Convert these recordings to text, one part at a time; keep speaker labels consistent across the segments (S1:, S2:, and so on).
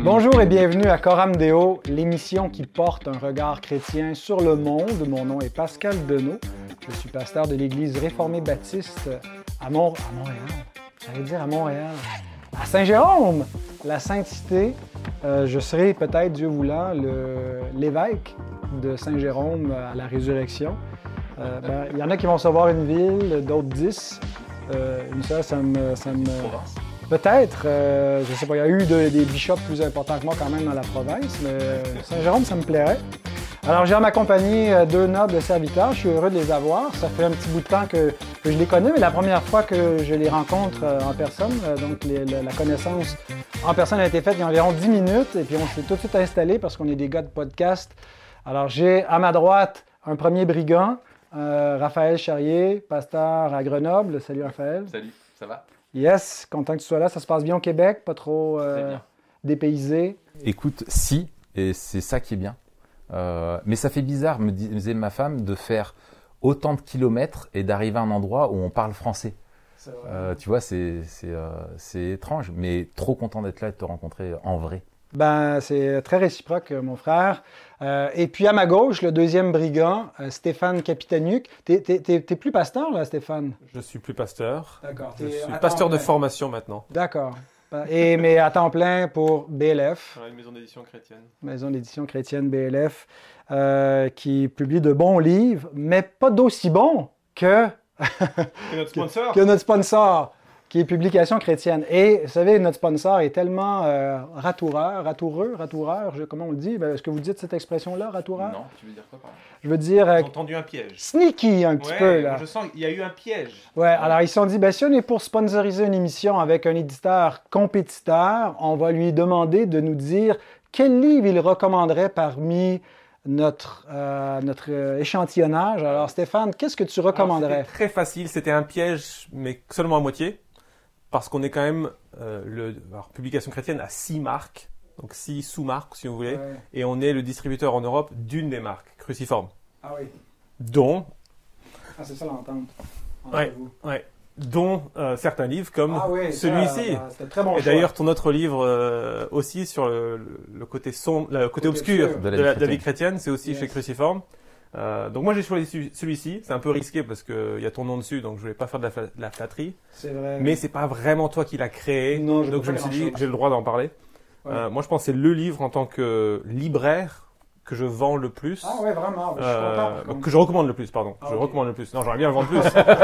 S1: Bonjour et bienvenue à Coram Deo, l'émission qui porte un regard chrétien sur le monde. Mon nom est Pascal Deneau. Je suis pasteur de l'Église réformée baptiste à Montréal. J'allais dire à Montréal. À Saint-Jérôme, la Sainte-Cité. Je serai peut-être, Dieu voulant, l'évêque de Saint-Jérôme à la résurrection. Il y en a qui vont savoir une ville, d'autres 10. Une seule, ça me... Peut-être, je ne sais pas, il y a eu des bishops plus importants que moi quand même dans la province, mais Saint-Jérôme, ça me plairait. Alors, j'ai en ma compagnie deux nobles serviteurs, je suis heureux de les avoir. Ça fait un petit bout de temps que je les connais, mais la première fois que je les rencontre en personne, donc la connaissance en personne a été faite il y a environ 10 minutes, et puis on s'est tout de suite installés parce qu'on est des gars de podcast. Alors, j'ai à ma droite un premier brigand, Raphaël Charrier, pasteur à Grenoble. Salut Raphaël.
S2: Salut, ça va?
S1: Yes, content que tu sois là. Ça se passe bien au Québec, pas trop dépaysé?
S2: Écoute, si, et c'est ça qui est bien. Mais ça fait bizarre, me disait ma femme, de faire autant de kilomètres et d'arriver à un endroit où on parle français. Tu vois, c'est étrange, mais trop content d'être là et de te rencontrer en vrai.
S1: Ben, c'est très réciproque, mon frère. Et puis à ma gauche, le deuxième brigand, Stéphane Capitanuc. T'es plus pasteur, là, Stéphane?
S3: Je suis plus pasteur.
S1: D'accord.
S3: Je suis pasteur de formation maintenant.
S1: D'accord. Mais à temps plein pour BLF.
S3: Une maison d'édition chrétienne.
S1: Maison d'édition chrétienne BLF, qui publie de bons livres, mais pas d'aussi bons que...
S3: Que notre sponsor.
S1: que notre sponsor, qui est Publication chrétienne. Et, vous savez, notre sponsor est tellement ratoureur, comment on le dit? Est-ce que vous dites cette expression-là, ratoureur?
S2: Non, tu veux dire quoi, pardon?
S1: Je veux dire...
S3: J'ai entendu un piège.
S1: Sneaky, un petit peu, là.
S3: Je sens qu'il y a eu un piège.
S1: Ouais, alors ils se sont dit, si on est pour sponsoriser une émission avec un éditeur compétiteur, on va lui demander de nous dire quel livre il recommanderait parmi notre échantillonnage. Alors, Stéphane, qu'est-ce que tu recommanderais?
S3: C'était très facile, c'était un piège, mais seulement à moitié. Parce qu'on est quand même, Publication chrétienne a 6 marques, donc 6 sous-marques si vous voulez,
S1: Ouais.
S3: et on est le distributeur en Europe d'une des marques, Cruciforme,
S1: Ah oui,
S3: dont,
S1: c'est ça l'entente.
S3: dont certains livres comme celui-ci.
S1: C'était très bon
S3: Et
S1: choix.
S3: d'ailleurs, ton autre livre aussi sur le côté sombre, le côté obscur de la vie chrétienne, c'est aussi chez Cruciforme. Donc moi j'ai choisi celui-ci, c'est un peu risqué parce qu'il y a ton nom dessus, donc je voulais pas faire de la flatterie.
S1: C'est vrai.
S3: Mais c'est pas vraiment toi qui l'as créé,
S1: Non, je
S3: donc
S1: peux
S3: je me
S1: pas
S3: suis dit
S1: grand-chose.
S3: j'ai le droit d'en parler.
S1: Ouais.
S3: Moi je pense que c'est le livre en tant que libraire que je vends le plus.
S1: Ah ouais, vraiment. Je suis content.
S3: Que je recommande le plus, pardon.
S1: Ah,
S3: Je
S1: ok.
S3: recommande le plus. Non, j'aimerais bien le vendre plus.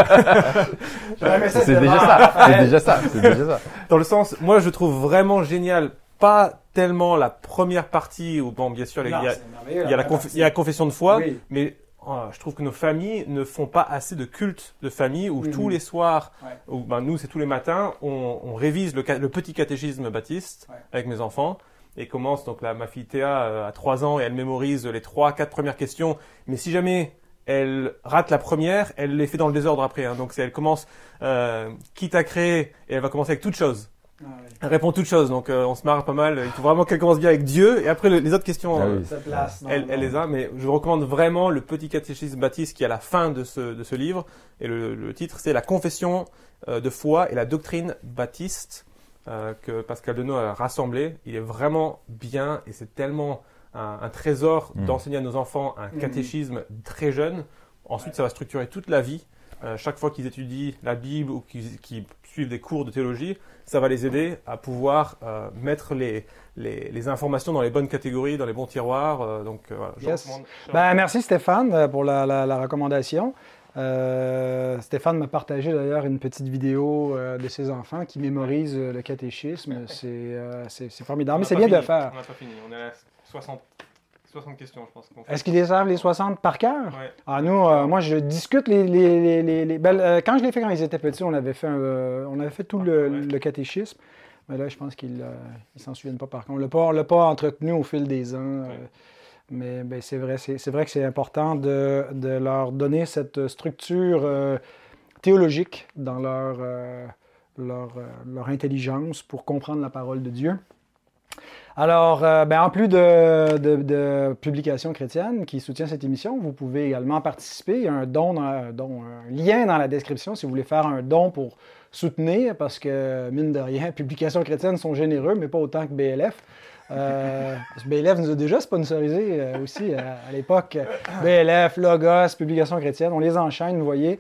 S2: C'est déjà ça.
S3: Dans le sens, moi je trouve vraiment génial, pas tellement la première partie où, bon, bien sûr, il y a la confession de foi,
S1: Oui.
S3: mais je trouve que nos familles ne font pas assez de culte de famille où tous les soirs, ou nous c'est tous les matins, on révise le petit catéchisme baptiste avec mes enfants. Et commence, donc là, ma fille Théa a 3 ans et elle mémorise les 3-4 premières questions. Mais si jamais elle rate la première, elle les fait dans le désordre après. Hein. Donc elle commence qui t'a créé et elle va commencer avec toute chose. Elle répond toute chose, donc on se marre pas mal. Il faut vraiment qu'elle commence bien avec Dieu et après les autres questions, elle les a. Mais je recommande vraiment le petit catéchisme baptiste qui est à la fin de ce livre. Et le titre, c'est La confession de foi et la doctrine baptiste. Que Pascal Deneau a rassemblé, il est vraiment bien et c'est tellement un trésor d'enseigner à nos enfants un catéchisme très jeune. Ensuite, ça va structurer toute la vie. Chaque fois qu'ils étudient la Bible ou qu'ils suivent des cours de théologie, ça va les aider à pouvoir mettre les informations dans les bonnes catégories, dans les bons tiroirs. Je recommande.
S1: Merci Stéphane pour la recommandation. Stéphane m'a partagé d'ailleurs une petite vidéo de ses enfants qui mémorisent le catéchisme. C'est formidable, mais c'est bien de le faire.
S3: On n'a pas fini, on est à 60 questions, je pense.
S1: Est-ce qu'ils les savent les 60 par cœur?
S3: Ouais.
S1: Ah, nous, moi, je discute quand je l'ai fait quand ils étaient petits, on avait fait tout le catéchisme. Mais là, je pense qu'ils s'en souviennent pas par contre. On l'a pas entretenu au fil des ans. Mais c'est vrai que c'est important de leur donner cette structure théologique dans leur intelligence pour comprendre la parole de Dieu. Alors, en plus de Publication chrétienne qui soutient cette émission, vous pouvez également participer. Il y a un lien dans la description si vous voulez faire un don pour soutenir, parce que, mine de rien, Publication chrétienne sont généreux, mais pas autant que BLF. BLF nous a déjà sponsorisé aussi à l'époque. BLF, Logos, Publications chrétiennes, on les enchaîne, vous voyez.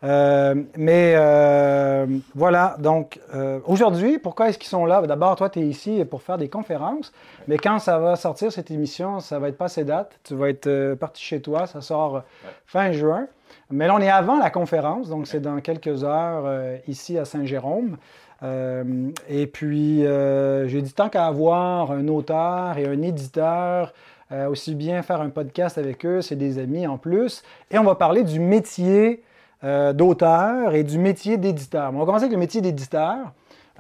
S1: Voilà, donc aujourd'hui, pourquoi est-ce qu'ils sont là? D'abord, toi, tu es ici pour faire des conférences, mais quand ça va sortir, cette émission, ça va être passé date. Tu vas être parti chez toi, ça sort fin juin. Mais là, on est avant la conférence, donc c'est dans quelques heures ici à Saint-Jérôme. Et puis, j'ai dit tant qu'à avoir un auteur et un éditeur, aussi bien faire un podcast avec eux, c'est des amis en plus. Et on va parler du métier d'auteur et du métier d'éditeur. On va commencer avec le métier d'éditeur.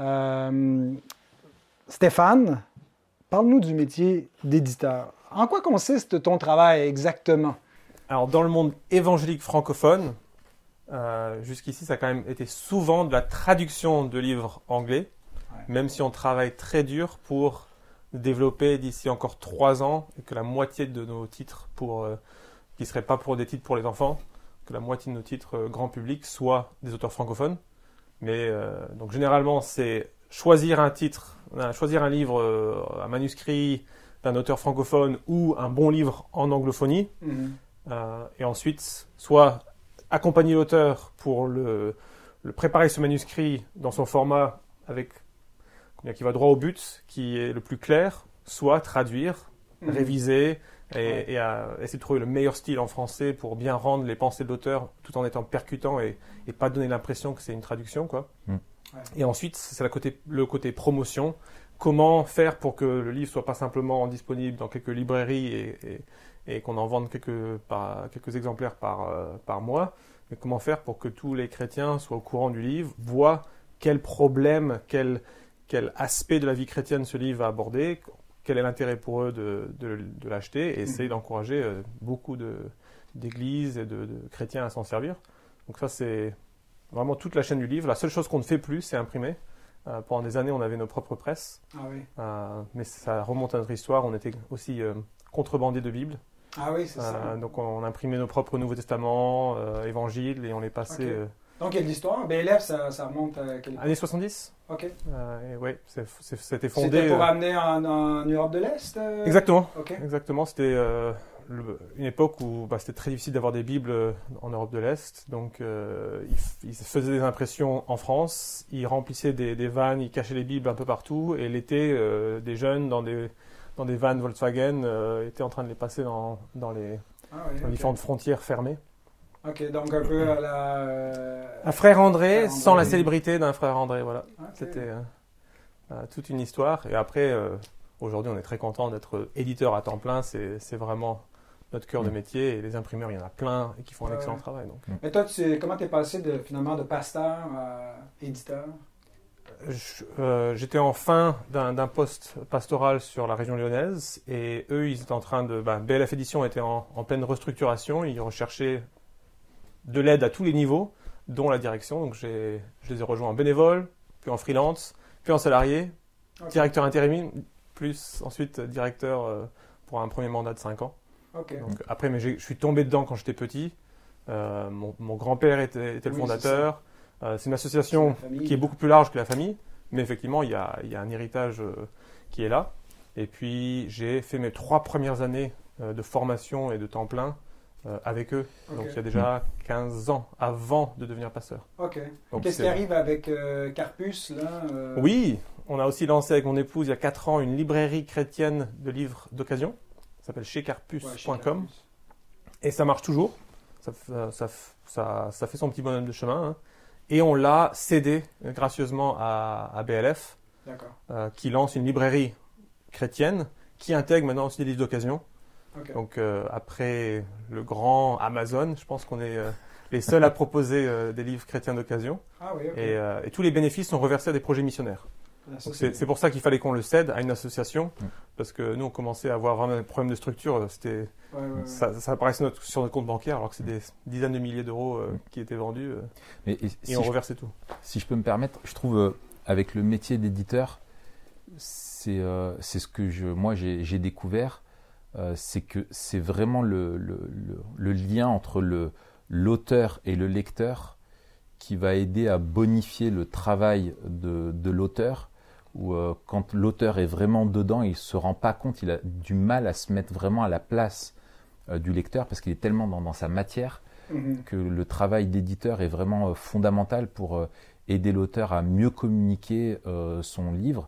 S1: Stéphane, parle-nous du métier d'éditeur. En quoi consiste ton travail exactement?
S3: Alors, dans le monde évangélique francophone, jusqu'ici, ça a quand même été souvent de la traduction de livres anglais, même si on travaille très dur pour développer d'ici encore 3 ans et que la moitié de nos titres, qui ne seraient pas pour des titres pour les enfants, que la moitié de nos titres grand public soient des auteurs francophones. Mais donc généralement, c'est choisir un titre, choisir un livre, un manuscrit d'un auteur francophone ou un bon livre en anglophonie. Et ensuite, soit accompagner l'auteur pour le préparer ce manuscrit dans son format qui va droit au but, qui est le plus clair, soit traduire, réviser et essayer de trouver le meilleur style en français pour bien rendre les pensées de l'auteur tout en étant percutant et pas donner l'impression que c'est une traduction, quoi. Et ensuite, c'est le côté promotion. Comment faire pour que le livre soit pas simplement disponible dans quelques librairies et qu'on en vende quelques exemplaires par mois, mais comment faire pour que tous les chrétiens soient au courant du livre, voient quel problème, quel aspect de la vie chrétienne ce livre va aborder, quel est l'intérêt pour eux de l'acheter, et essayer d'encourager beaucoup d'églises et de chrétiens à s'en servir. Donc ça, c'est vraiment toute la chaîne du livre. La seule chose qu'on ne fait plus, c'est imprimer. Pendant des années, on avait nos propres presses, mais ça remonte à notre histoire. On était aussi contrebandiers de Bible.
S1: Ah oui, c'est ça.
S3: Donc on imprimait nos propres Nouveaux Testaments, Évangiles, et on les passait...
S1: Okay. Donc il y a de l'histoire. BLF, ça remonte à quelle époque?
S3: Années 70.
S1: OK.
S3: Et ouais, c'était fondé...
S1: C'était pour amener en Europe de l'Est?
S3: Exactement.
S1: Okay.
S3: Exactement. C'était une époque où c'était très difficile d'avoir des Bibles en Europe de l'Est. Donc ils faisaient des impressions en France, ils remplissaient des vannes, ils cachaient les Bibles un peu partout, et l'été, des jeunes dans des vannes Volkswagen étaient en train de les passer dans les différentes frontières fermées.
S1: Ok, donc un peu à la...
S3: Un frère André, sans la célébrité d'un frère André, voilà. Okay. C'était toute une histoire. Et après, aujourd'hui, on est très content d'être éditeur à temps plein. C'est vraiment notre cœur de métier. Et les imprimeurs, il y en a plein et qui font un excellent travail. Donc.
S1: Mais toi, comment tu es passé finalement de pasteur à éditeur?
S3: J'étais en fin d'un poste pastoral sur la région lyonnaise. Et eux, ils étaient en train de... BLF Édition était en pleine restructuration. Ils recherchaient de l'aide à tous les niveaux, dont la direction. Donc je les ai rejoints en bénévole, puis en freelance, puis en salarié, directeur intérim, plus ensuite directeur pour un premier mandat de 5 ans. Donc, après, je suis tombé dedans quand j'étais petit. Mon grand-père était le fondateur. C'est une association qui est beaucoup plus large que la famille, mais effectivement, il y a un héritage qui est là. Et puis, j'ai fait mes 3 premières années de formation et de temps plein avec eux. Donc il y a déjà 15 ans avant de devenir pasteur.
S1: Ok. Qu'est-ce qui arrive avec Carpus là
S3: Oui, on a aussi lancé avec mon épouse il y a 4 ans une librairie chrétienne de livres d'occasion. Ça s'appelle checarpus.com. Et ça marche toujours. Ça fait son petit bonhomme de chemin. Hein. Et on l'a cédé gracieusement à BLF, qui lance une librairie chrétienne qui intègre maintenant aussi des livres d'occasion. Donc après le grand Amazon, je pense qu'on est les seuls à proposer des livres chrétiens d'occasion. Et tous les bénéfices sont reversés à des projets missionnaires. C'est pour ça qu'il fallait qu'on le cède à une association, parce que nous on commençait à avoir vraiment des problèmes de structure. Ça apparaissait sur notre compte bancaire alors que c'est des dizaines de milliers d'euros qui étaient vendus et on reversait tout.
S2: Si je peux me permettre, je trouve avec le métier d'éditeur, c'est ce que moi j'ai découvert. C'est que c'est vraiment le lien entre l'auteur et le lecteur qui va aider à bonifier le travail de l'auteur, où quand l'auteur est vraiment dedans, il se rend pas compte, il a du mal à se mettre vraiment à la place du lecteur parce qu'il est tellement dans sa matière que le travail d'éditeur est vraiment fondamental pour aider l'auteur à mieux communiquer son livre.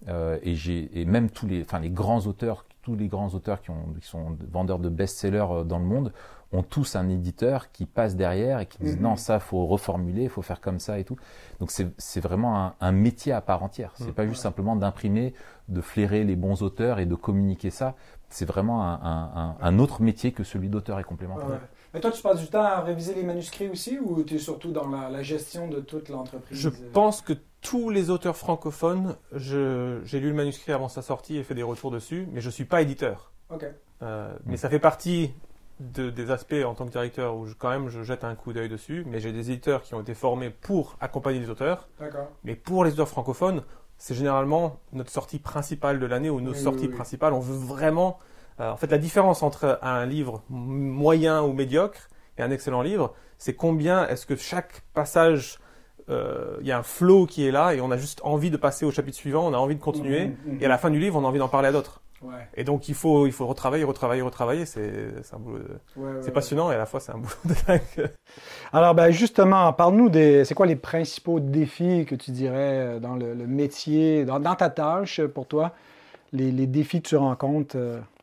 S2: Et même les grands auteurs, tous les grands auteurs qui sont vendeurs de best-sellers dans le monde ont tous un éditeur qui passe derrière et qui dit non, ça faut reformuler, il faut faire comme ça et tout. Donc c'est vraiment un métier à part entière. C'est pas juste simplement d'imprimer, de flairer les bons auteurs et de communiquer ça. C'est vraiment un autre métier que celui d'auteur et complémentaire.
S1: Ouais. Mais toi, tu passes du temps à réviser les manuscrits aussi ou tu es surtout dans la gestion de toute l'entreprise?
S3: Je pense que tous les auteurs francophones, j'ai lu le manuscrit avant sa sortie et fait des retours dessus, mais je ne suis pas éditeur.
S1: Okay.
S3: Mais ça fait partie des aspects en tant que directeur où je jette un coup d'œil dessus, mais j'ai des éditeurs qui ont été formés pour accompagner les auteurs.
S1: D'accord.
S3: Mais pour les auteurs francophones, c'est généralement notre sortie principale de l'année ou nos sorties principales. On veut vraiment... en fait, la différence entre un livre moyen ou médiocre et un excellent livre, c'est combien est-ce que chaque passage, il y a un flow qui est là et on a juste envie de passer au chapitre suivant, on a envie de continuer et à la fin du livre, on a envie d'en parler à d'autres.
S1: Ouais.
S3: Et donc, il faut retravailler. C'est un boulot c'est passionnant et à la fois, c'est un boulot de dingue.
S1: Alors, justement, parle-nous c'est quoi les principaux défis que tu dirais dans le métier, dans ta tâche pour toi, les défis que tu rencontres?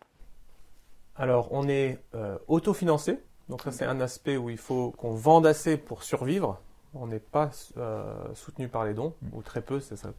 S3: Alors, on est autofinancé. Donc, ça, c'est un aspect où il faut qu'on vende assez pour survivre. On n'est pas soutenu par les dons, ou très peu.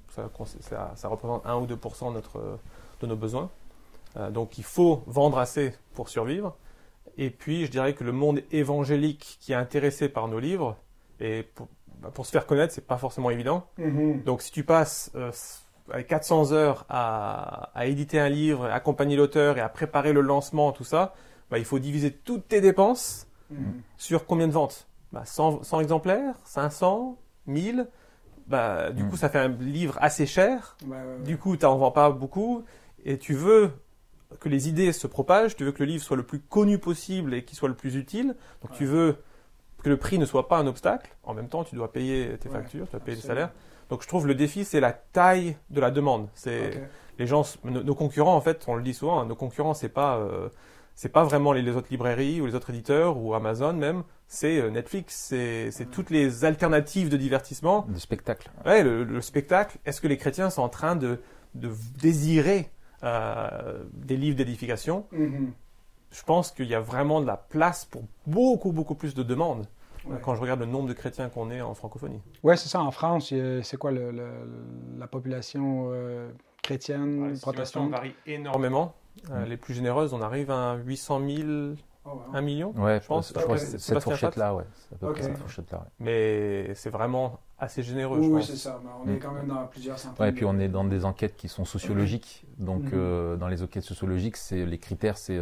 S3: Ça représente 1 ou 2% de nos besoins. Donc, il faut vendre assez pour survivre. Et puis, je dirais que le monde évangélique qui est intéressé par nos livres, et pour se faire connaître, c'est pas forcément évident. Donc, si tu passes 400 heures à éditer un livre, à accompagner l'auteur et à préparer le lancement, tout ça, il faut diviser toutes tes dépenses sur combien de ventes 100 exemplaires, 500, 1000. Du coup, ça fait un livre assez cher. Du coup, tu n'en vends pas beaucoup. Et tu veux que les idées se propagent, tu veux que le livre soit le plus connu possible et qu'il soit le plus utile. Donc, tu veux que le prix ne soit pas un obstacle. En même temps, tu dois payer tes factures, tu dois payer tes salaires. Donc, je trouve le défi, c'est la taille de la demande. Les gens, nos concurrents, en fait, on le dit souvent, nos concurrents, c'est pas vraiment les autres librairies ou les autres éditeurs ou Amazon même. C'est Netflix, c'est toutes les alternatives de divertissement.
S2: Le spectacle.
S3: Ouais, le spectacle. Est-ce que les chrétiens sont en train de désirer des livres d'édification? Je pense qu'il y a vraiment de la place pour beaucoup, beaucoup plus de demandes. Quand je regarde le nombre de chrétiens qu'on est en francophonie.
S1: Oui, c'est ça. En France, c'est quoi la population chrétienne, protestante?
S3: varie énormément. Les plus généreuses, on arrive à 800 000, 1 million,
S2: ouais,
S3: je pense.
S2: Je crois que c'est cette fourchette-là, ouais. C'est à peu près cette fourchette-là, ouais.
S3: Mais c'est vraiment assez généreux, je pense.
S1: Oui, c'est ça. On est quand même dans plusieurs centaines.
S2: Ouais, et puis on est dans des enquêtes qui sont sociologiques. Donc, dans les enquêtes sociologiques, les critères, c'est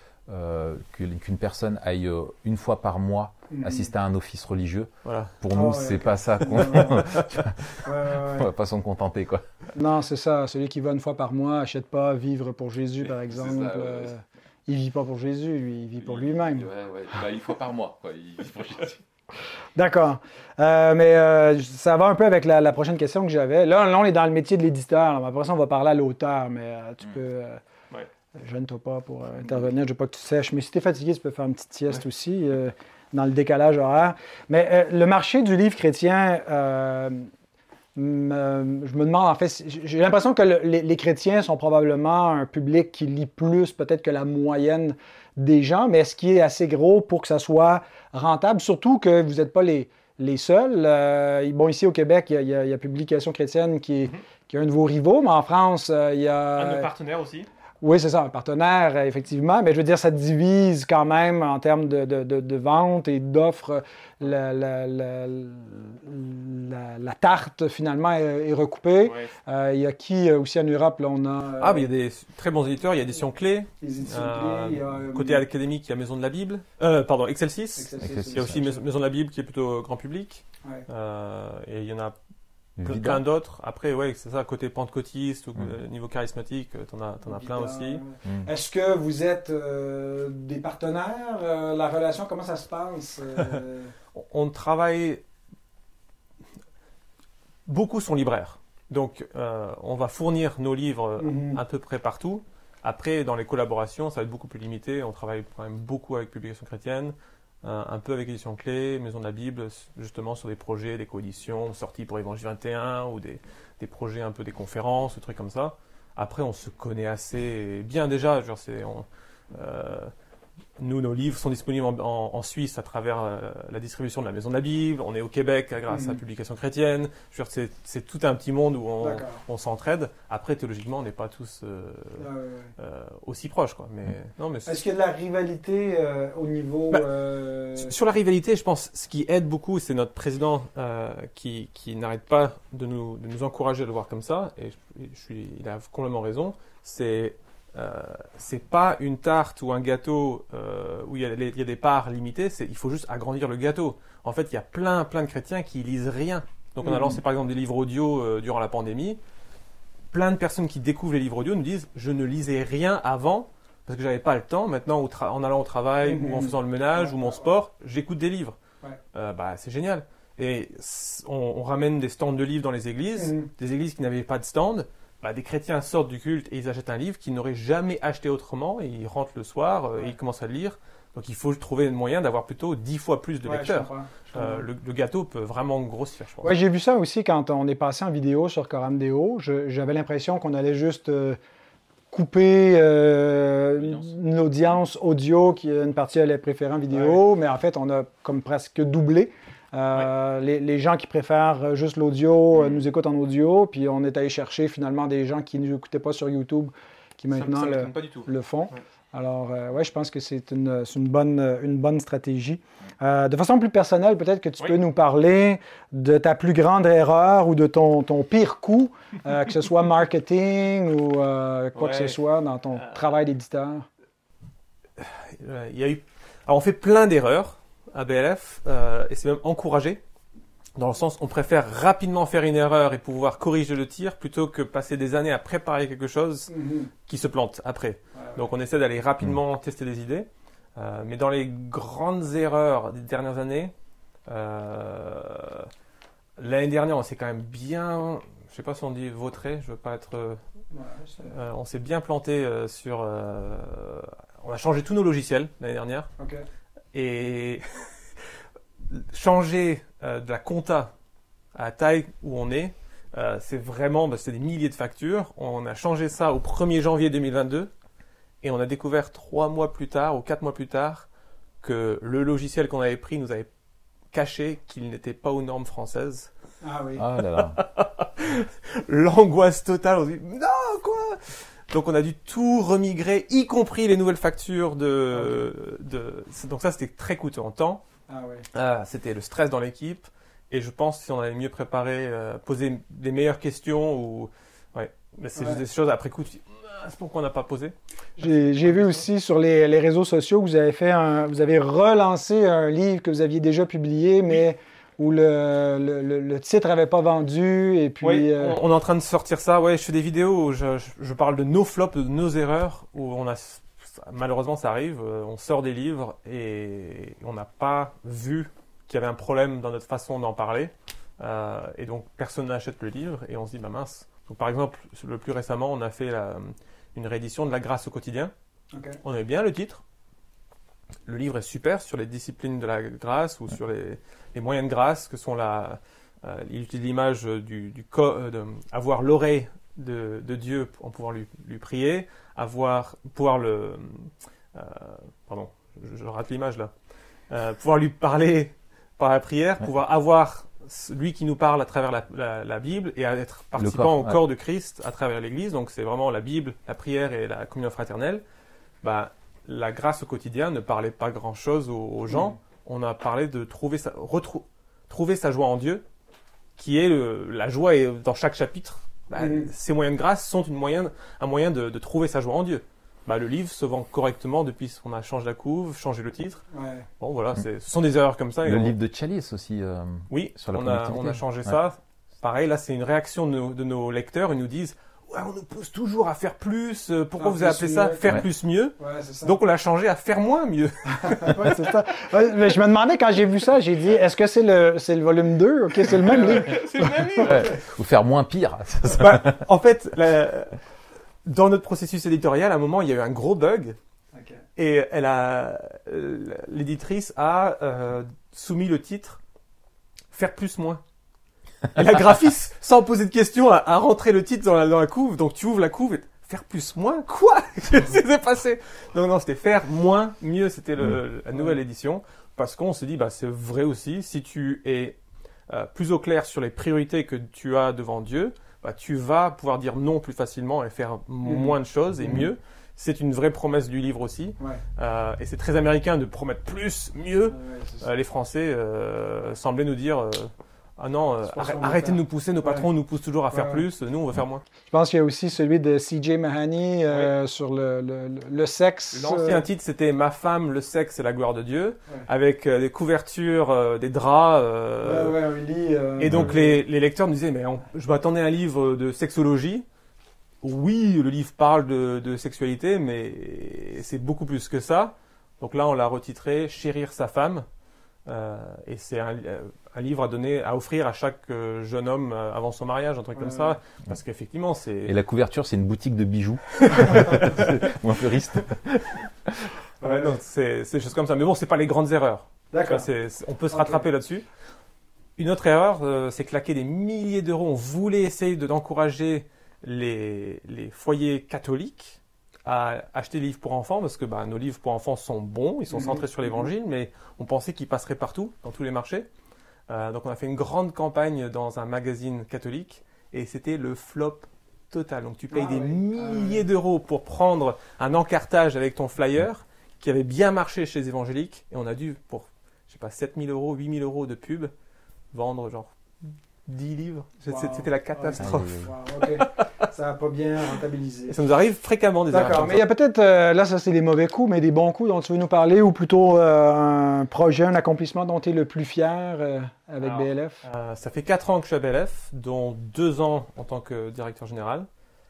S2: qu'une personne aille une fois par mois assister à un office religieux. Voilà. Pour nous, c'est pas ça qu'on... On va pas s'en contenter, quoi.
S1: Non, c'est ça. Celui qui va une fois par mois, achète pas Vivre pour Jésus, par exemple. Ça, il vit pas pour Jésus, lui, il vit pour lui-même.
S2: Une fois par mois, quoi. Il vit pour Jésus.
S1: D'accord. Mais ça va un peu avec la prochaine question que j'avais. Là, on est dans le métier de l'éditeur. Après ça, on va parler à l'auteur, mais tu peux... Gêne-toi pas pour intervenir, je veux pas que tu sèches. Mais si tu es fatigué, tu peux faire une petite sieste aussi, dans le décalage horaire. Mais le marché du livre chrétien, je me demande, en fait, j'ai l'impression que les chrétiens sont probablement un public qui lit plus peut-être que la moyenne des gens, mais est-ce qu'il est assez gros pour que ça soit rentable? Surtout que vous n'êtes pas les seuls. Bon, ici au Québec, il y a Publication chrétienne qui est un de vos rivaux, mais en France, il y a...
S3: Un de nos partenaires aussi.
S1: Oui, c'est ça, un partenaire, effectivement. Mais je veux dire, ça divise quand même en termes de vente et d'offres. La tarte, finalement, est recoupée. Ouais. Il y a qui aussi en Europe? Là, on a,
S3: mais il y a des très bons éditeurs. Il y a Éditions Clés.
S1: Les éditions Clés. Il y a,
S3: côté académique, il y a Maison de la Bible. Excelsis. Il y a aussi Maison de la Bible qui est plutôt grand public. Ouais. Et il y en a plein d'autres. Après, c'est ça, côté pentecôtiste ou niveau charismatique, t'en as plein aussi.
S1: Est-ce que vous êtes des partenaires? La relation, comment ça se passe?
S3: On travaille... Beaucoup sont libraires. Donc, on va fournir nos livres à peu près partout. Après, dans les collaborations, ça va être beaucoup plus limité. On travaille quand même beaucoup avec Publications Chrétiennes, un peu avec Éditions Clés, Maison de la Bible, justement sur des projets, des coéditions, sorties pour Évangile 21 ou des projets un peu des conférences, des trucs comme ça. Après, on se connaît assez bien déjà. Nous, nos livres sont disponibles en Suisse à travers la distribution de la Maison de la Bible. On est au Québec grâce à Publications Chrétiennes. C'est tout un petit monde où on s'entraide. Après, théologiquement, on n'est pas tous aussi proches, quoi.
S1: Est-ce qu'il y a de la rivalité au niveau...
S3: Sur la rivalité, je pense ce qui aide beaucoup, c'est notre président qui n'arrête pas de nous encourager à le voir comme ça. Et il a complètement raison. C'est pas une tarte ou un gâteau où il y a des parts limitées, il faut juste agrandir le gâteau. En fait, il y a plein de chrétiens qui lisent rien. Donc on a lancé par exemple des livres audio durant la pandémie. Plein de personnes qui découvrent les livres audio nous disent « Je ne lisais rien avant parce que j'avais pas le temps. Maintenant, en allant au travail ou en faisant le ménage ou mon sport, j'écoute des livres. » C'est génial. Et on ramène des stands de livres dans les églises, des églises qui n'avaient pas de stand. Des chrétiens sortent du culte et ils achètent un livre qu'ils n'auraient jamais acheté autrement. Et ils rentrent le soir et ils commencent à le lire. Donc il faut trouver un moyen d'avoir plutôt 10 fois plus de lecteurs. Le gâteau peut vraiment grossir, je pense.
S1: Ouais, j'ai vu ça aussi quand on est passé en vidéo sur Coram Deo. J'avais l'impression qu'on allait juste couper une audience audio, une partie allait préférer en vidéo, mais en fait on a comme presque doublé. Les gens qui préfèrent juste l'audio nous écoutent en audio, puis on est allé chercher finalement des gens qui ne nous écoutaient pas sur YouTube, qui maintenant le font. Ouais. Alors, je pense que c'est une bonne stratégie. De façon plus personnelle, peut-être que tu peux nous parler de ta plus grande erreur ou de ton pire coup, que ce soit marketing ou quoi que ce soit dans ton travail d'éditeur.
S3: Alors, on fait plein d'erreurs à BLF, et c'est même encouragé, dans le sens on préfère rapidement faire une erreur et pouvoir corriger le tir plutôt que passer des années à préparer quelque chose qui se plante après. Donc on essaie d'aller rapidement tester des idées, mais dans les grandes erreurs des dernières années, l'année dernière on s'est quand même bien, je sais pas si on dit vautré, je veux pas être... on s'est bien planté sur... on a changé tous nos logiciels l'année dernière. Et changer de la compta à la taille où on est, c'est vraiment, c'est des milliers de factures. On a changé ça au 1er janvier 2022 et on a découvert 3 mois plus tard ou 4 mois plus tard que le logiciel qu'on avait pris nous avait caché qu'il n'était pas aux normes françaises.
S1: Ah oui.
S2: Ah là là.
S3: L'angoisse totale. On se dit, non, quoi? Donc on a dû tout remigrer, y compris les nouvelles factures donc ça c'était très coûteux en temps. C'était le stress dans l'équipe. Et je pense que si on avait mieux préparé, posé des meilleures questions, mais c'est juste des choses après coup, c'est pourquoi on n'a pas posé.
S1: J'ai vu aussi sur les réseaux sociaux que vous avez relancé un livre que vous aviez déjà publié, mais où le titre n'avait pas vendu. Et puis,
S3: on est en train de sortir ça. Je fais des vidéos où je parle de nos flops, de nos erreurs, où malheureusement ça arrive, on sort des livres et on n'a pas vu qu'il y avait un problème dans notre façon d'en parler. Et donc personne n'achète le livre et on se dit, mince. Donc, par exemple, le plus récemment, on a fait une réédition de La grâce au quotidien. On aimait bien le titre. Le livre est super sur les disciplines de la grâce ou sur les moyens de grâce que sont il utilise l'image avoir l'oreille de Dieu pour pouvoir lui prier, pouvoir pardon, je rate l'image là, pouvoir lui parler par la prière, pouvoir avoir lui qui nous parle à travers la Bible et à être participant au corps de Christ à travers l'Église. Donc c'est vraiment la Bible, la prière et la communion fraternelle. La grâce au quotidien ne parlait pas grand-chose aux gens. On a parlé de trouver sa joie en Dieu, qui est la joie est dans chaque chapitre. Ces moyens de grâce sont un moyen de trouver sa joie en Dieu. Le livre se vend correctement depuis qu'on a changé la couve, changé le titre. Bon voilà, ce sont des erreurs comme ça.
S2: Le livre de Chalice aussi.
S3: Oui, sur la on a changé ça. Pareil, là c'est une réaction de nos lecteurs. Ils nous disent, ouais, on nous pousse toujours à faire plus. Pourquoi vous avez appelé ça faire plus mieux?
S1: Ouais, c'est ça.
S3: Donc on l'a changé à faire moins mieux.
S1: Ouais, c'est ça. Ouais, mais je me demandais quand j'ai vu ça, j'ai dit, est-ce que c'est le volume 2? OK, c'est le même livre.
S3: C'est le même livre.
S2: Ouais. Ou faire moins pire.
S3: En fait, dans notre processus éditorial, à un moment, il y a eu un gros bug.
S1: OK.
S3: Et l'éditrice a soumis le titre « Faire plus moins ». Et la graphiste, sans poser de questions, a rentré le titre dans la couve. Donc tu ouvres la couve et « Faire plus moins » Quoi? Qu'est-ce qui s'est passé? Donc non, c'était « Faire moins mieux », c'était la nouvelle édition. Parce qu'on se dit, c'est vrai aussi, si tu es plus au clair sur les priorités que tu as devant Dieu, tu vas pouvoir dire non plus facilement et faire moins de choses et mieux. C'est une vraie promesse du livre aussi. Ouais. Et c'est très américain de promettre plus, mieux. Les Français semblaient nous dire ah non, arrêtez de nous pousser, nos patrons nous poussent toujours à faire plus, nous on veut faire moins.
S1: Je pense qu'il y a aussi celui de C.J. Mahoney sur le sexe.
S3: L'ancien titre c'était Ma femme, le sexe et la gloire de Dieu, avec des couvertures, des draps.
S1: un lit.
S3: Et donc les lecteurs nous disaient, mais je m'attendais à un livre de sexologie. Oui, le livre parle de sexualité, mais c'est beaucoup plus que ça. Donc là, on l'a retitré « Chérir sa femme ». Et c'est un livre à offrir à chaque jeune homme avant son mariage, un truc comme ça. Parce qu'effectivement, c'est...
S2: Et la couverture, c'est une boutique de bijoux. Ou un fleuriste.
S3: Ouais, non, c'est des choses comme ça. Mais bon, c'est pas les grandes erreurs.
S1: D'accord.
S3: On peut se rattraper là-dessus. Une autre erreur, c'est claquer des milliers d'euros. On voulait essayer d'encourager les foyers catholiques à acheter des livres pour enfants parce que nos livres pour enfants sont bons, ils sont centrés sur l'évangile, mais on pensait qu'ils passeraient partout, dans tous les marchés. Donc on a fait une grande campagne dans un magazine catholique et c'était le flop total. Donc tu payes des milliers d'euros pour prendre un encartage avec ton flyer qui avait bien marché chez les évangéliques et on a dû, pour, 7 000 euros, 8 000 euros de pub, vendre genre 10 livres. C'était la catastrophe.
S1: Okay. Ça n'a pas bien rentabilisé.
S3: Et ça nous arrive fréquemment des erreurs.
S1: D'accord, mais il y a peut-être, là ça c'est les mauvais coups, mais des bons coups dont tu veux nous parler ou plutôt un projet, un accomplissement dont tu es le plus fier avec BLF?
S3: Ça fait 4 ans que je suis à BLF, dont 2 ans en tant que directeur général.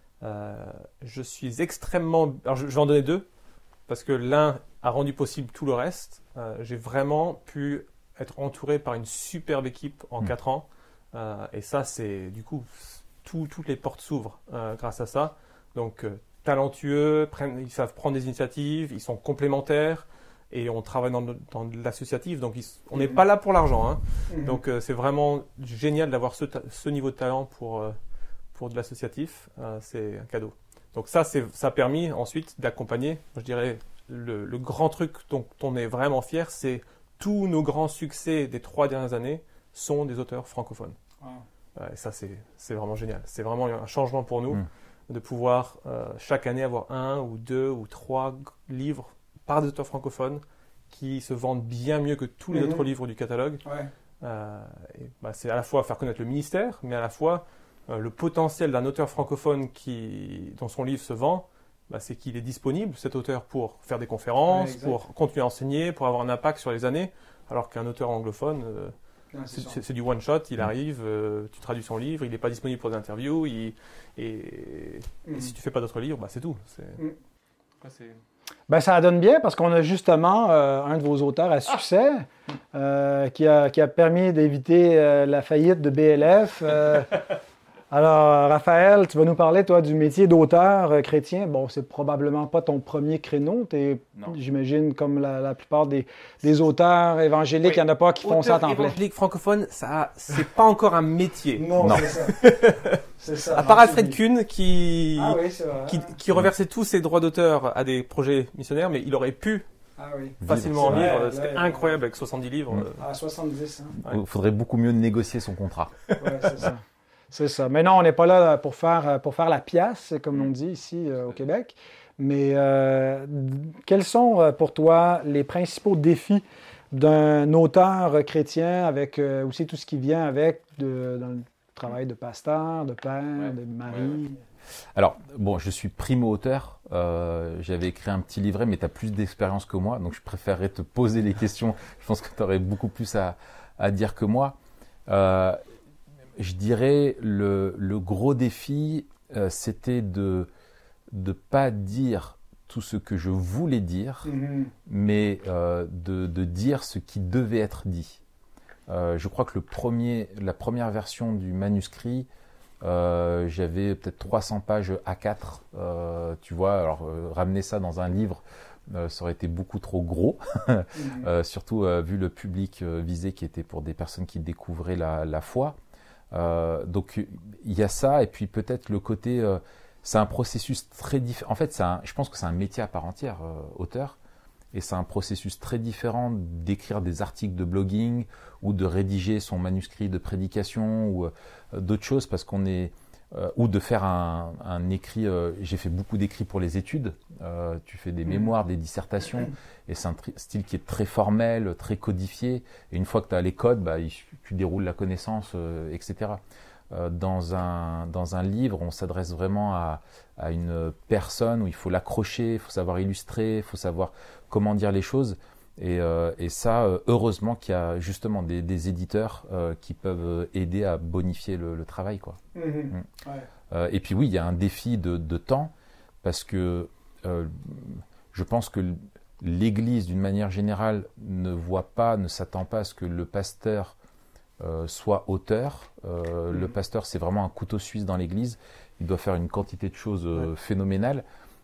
S3: Je suis extrêmement... Alors je vais en donner 2, parce que l'un a rendu possible tout le reste. J'ai vraiment pu être entouré par une superbe équipe en 4 ans. Et ça, c'est du coup, toutes les portes s'ouvrent grâce à ça. Donc, talentueux, ils savent prendre des initiatives, ils sont complémentaires et on travaille dans de l'associatif. Donc, on n'est pas là pour l'argent. Hein. Donc, c'est vraiment génial d'avoir ce niveau de talent pour de l'associatif. C'est un cadeau. Donc, ça a permis ensuite d'accompagner, je dirais, le grand truc dont on est vraiment fier, c'est tous nos grands succès des 3 dernières années sont des auteurs francophones. Et ça, c'est vraiment génial. C'est vraiment un changement pour nous de pouvoir chaque année avoir 1 ou 2 ou 3 livres par des auteurs francophones qui se vendent bien mieux que tous les autres livres du catalogue. C'est à la fois faire connaître le ministère, mais à la fois le potentiel d'un auteur francophone dont son livre se vend, c'est qu'il est disponible, cet auteur, pour faire des conférences, pour continuer à enseigner, pour avoir un impact sur les années, alors qu'un auteur anglophone... c'est du one shot, il arrive, tu traduis son livre, il n'est pas disponible pour des interviews, et si tu fais pas d'autres livres, c'est tout.
S1: Ça donne bien parce qu'on a justement un de vos auteurs à succès qui a permis d'éviter la faillite de BLF. Alors, Raphaël, tu vas nous parler, toi, du métier d'auteur chrétien. Bon, c'est probablement pas ton premier créneau. J'imagine, comme la plupart des auteurs évangéliques, il n'y en a pas qui font ça à temps plein.
S3: Évangélique francophone, c'est pas encore un métier.
S1: Non. C'est ça.
S3: À part Alfred Kuhn, qui reversait tous ses droits d'auteur à des projets missionnaires, mais il aurait pu facilement en vivre. C'était incroyable avec 70 livres.
S1: 70. Hein.
S2: Il faudrait beaucoup mieux négocier son contrat.
S1: C'est ça. C'est ça. Mais non, on n'est pas là pour faire la pièce, comme on dit ici au Québec. Mais quels sont pour toi les principaux défis d'un auteur chrétien avec aussi tout ce qui vient avec dans le travail de pasteur, de père, de mari?
S2: Alors, bon, je suis primo-auteur. J'avais écrit un petit livret, mais tu as plus d'expérience que moi. Donc, je préférerais te poser les questions. Je pense que tu aurais beaucoup plus à dire que moi. Je dirais le gros défi, c'était de ne pas dire tout ce que je voulais dire, mais de dire ce qui devait être dit. Je crois que la première version du manuscrit, j'avais peut-être 300 pages A4, tu vois, alors ramener ça dans un livre, ça aurait été beaucoup trop gros, surtout vu le public visé qui était pour des personnes qui découvraient la foi. Donc il y a ça, et puis peut-être le côté, c'est un processus très différent. En fait, je pense que c'est un métier à part entière, auteur, et c'est un processus très différent d'écrire des articles de blogging ou de rédiger son manuscrit de prédication ou d'autres choses, parce qu'on est ou de faire un écrit. J'ai fait beaucoup d'écrits pour les études. Tu fais des mémoires, des dissertations, et c'est un style qui est très formel, très codifié. Et une fois que tu as les codes, tu déroules la connaissance, etc. Dans un livre, on s'adresse vraiment à une personne où il faut l'accrocher, il faut savoir illustrer, il faut savoir comment dire les choses. Et ça, heureusement qu'il y a justement des éditeurs qui peuvent aider à bonifier le travail, quoi. Ouais. Et puis oui, il y a un défi de temps, parce que je pense que l'Église, d'une manière générale, ne s'attend pas à ce que le pasteur soit auteur. Le pasteur, c'est vraiment un couteau suisse dans l'Église. Il doit faire une quantité de choses phénoménales.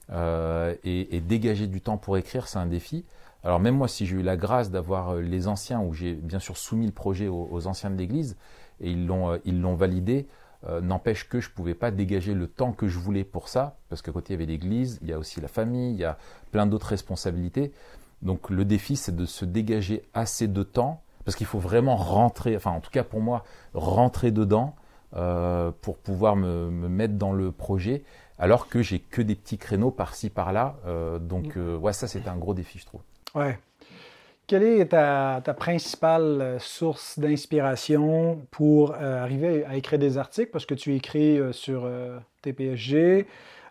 S2: Et dégager du temps pour écrire, c'est un défi. Alors même moi, si j'ai eu la grâce d'avoir les anciens, où j'ai bien sûr soumis le projet aux anciens de l'Église, et ils l'ont validé, n'empêche que je ne pouvais pas dégager le temps que je voulais pour ça, parce qu'à côté il y avait l'Église, il y a aussi la famille, il y a plein d'autres responsabilités. Donc le défi, c'est de se dégager assez de temps, parce qu'il faut vraiment rentrer, enfin en tout cas pour moi, rentrer dedans pour pouvoir me mettre dans le projet, alors que j'ai que des petits créneaux par-ci par-là. Donc ouais, ça c'était un gros défi, je trouve.
S1: Ouais. Quelle est ta principale source d'inspiration pour arriver à écrire des articles? Parce que tu écris sur TPSG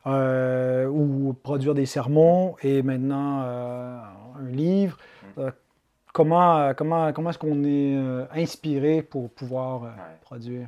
S1: ou produire des sermons et maintenant un livre. Comment est-ce qu'on est inspiré pour pouvoir produire?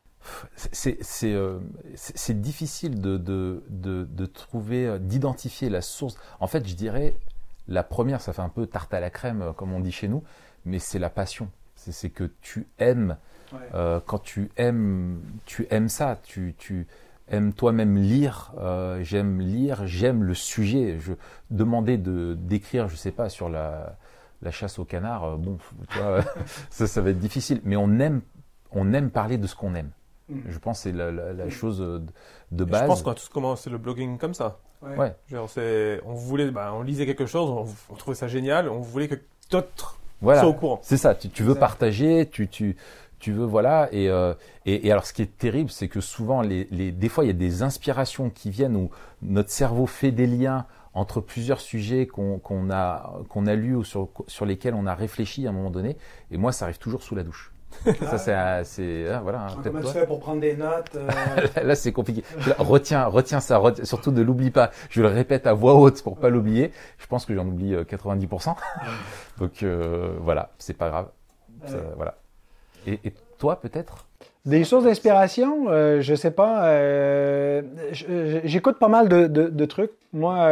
S2: C'est difficile de trouver, d'identifier la source. En fait, je dirais, la première, ça fait un peu tarte à la crème, comme on dit chez nous, mais c'est la passion. C'est que tu aimes, quand tu aimes ça, tu aimes toi-même lire. J'aime le sujet. Demander d'écrire, je sais pas, sur la chasse au canard, bon, tu vois, ça va être difficile. Mais on aime parler de ce qu'on aime. Je pense que c'est la chose de base.
S3: Je pense qu'on a tous commencé le blogging comme ça.
S2: Ouais.
S3: Genre, on lisait quelque chose, on trouvait ça génial, on voulait que d'autres
S2: soient
S3: au courant.
S2: C'est ça, tu veux partager, tu veux, voilà. Et alors, ce qui est terrible, c'est que souvent, des fois, il y a des inspirations qui viennent où notre cerveau fait des liens entre plusieurs sujets qu'on a lus ou sur lesquels on a réfléchi à un moment donné. Et moi, ça arrive toujours sous la douche. Ça, voilà.
S1: Comment tu fais pour prendre des notes
S2: Là, c'est compliqué. Retiens ça, surtout ne l'oublie pas. Je le répète à voix haute pour pas l'oublier. Je pense que j'en oublie 90%. Donc voilà, c'est pas grave. Voilà. Et toi, peut-être?
S1: Des sources d'inspiration, je sais pas. J'écoute pas mal de trucs. Moi,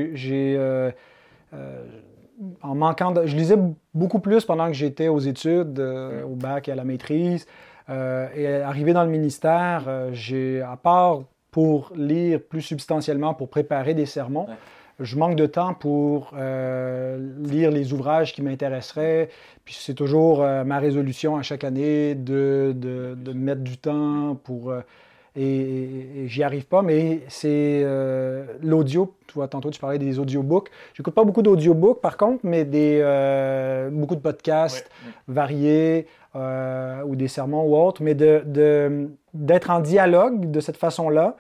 S1: en manquant je lisais beaucoup plus pendant que j'étais aux études, au bac et à la maîtrise. Et arrivé dans le ministère, à part pour lire plus substantiellement, pour préparer des sermons, je manque de temps pour lire les ouvrages qui m'intéresseraient. Puis c'est toujours ma résolution à chaque année de mettre du temps pour... Et j'y arrive pas, mais c'est l'audio. Tu vois, tantôt, tu parlais des audiobooks. J'écoute pas beaucoup d'audiobooks, par contre, mais beaucoup de podcasts variés ou des sermons ou autres, mais d'être en dialogue de cette façon-là.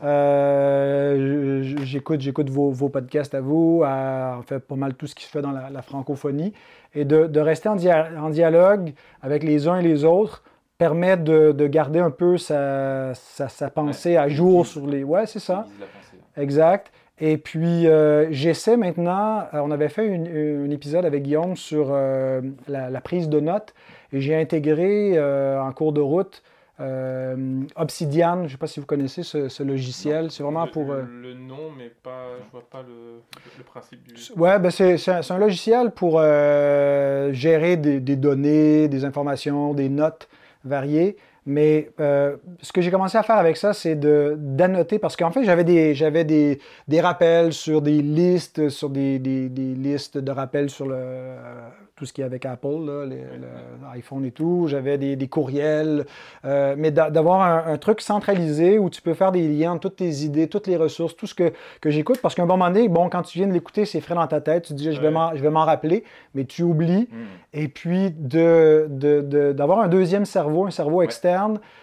S1: J'écoute vos podcasts à vous, en fait, pas mal tout ce qui se fait dans la francophonie, et de rester en dialogue avec les uns et les autres permet de garder un peu sa pensée à jour sur les... Ouais, c'est ça. Exact. Et puis, j'essaie maintenant... on avait fait un épisode avec Guillaume sur la prise de notes, et j'ai intégré en cours de route Obsidian, je ne sais pas si vous connaissez ce logiciel.
S3: Non,
S1: c'est vraiment pour...
S3: Le nom, mais je vois pas le principe du...
S1: Ouais, ben c'est un logiciel pour gérer des données, des informations, des notes variées. Mais ce que j'ai commencé à faire avec ça, c'est d'annoter, parce qu'en fait, j'avais des rappels sur des listes, sur des listes de rappels sur tout ce qui est avec Apple, là, l'iPhone et tout. J'avais des courriels, mais d'avoir un truc centralisé où tu peux faire des liens entre toutes tes idées, toutes les ressources, tout ce que j'écoute. Parce qu'à un moment donné, bon, quand tu viens de l'écouter, c'est frais dans ta tête. Tu te dis, je vais m'en rappeler, mais tu oublies. Et puis, d'avoir un deuxième cerveau, un cerveau externe,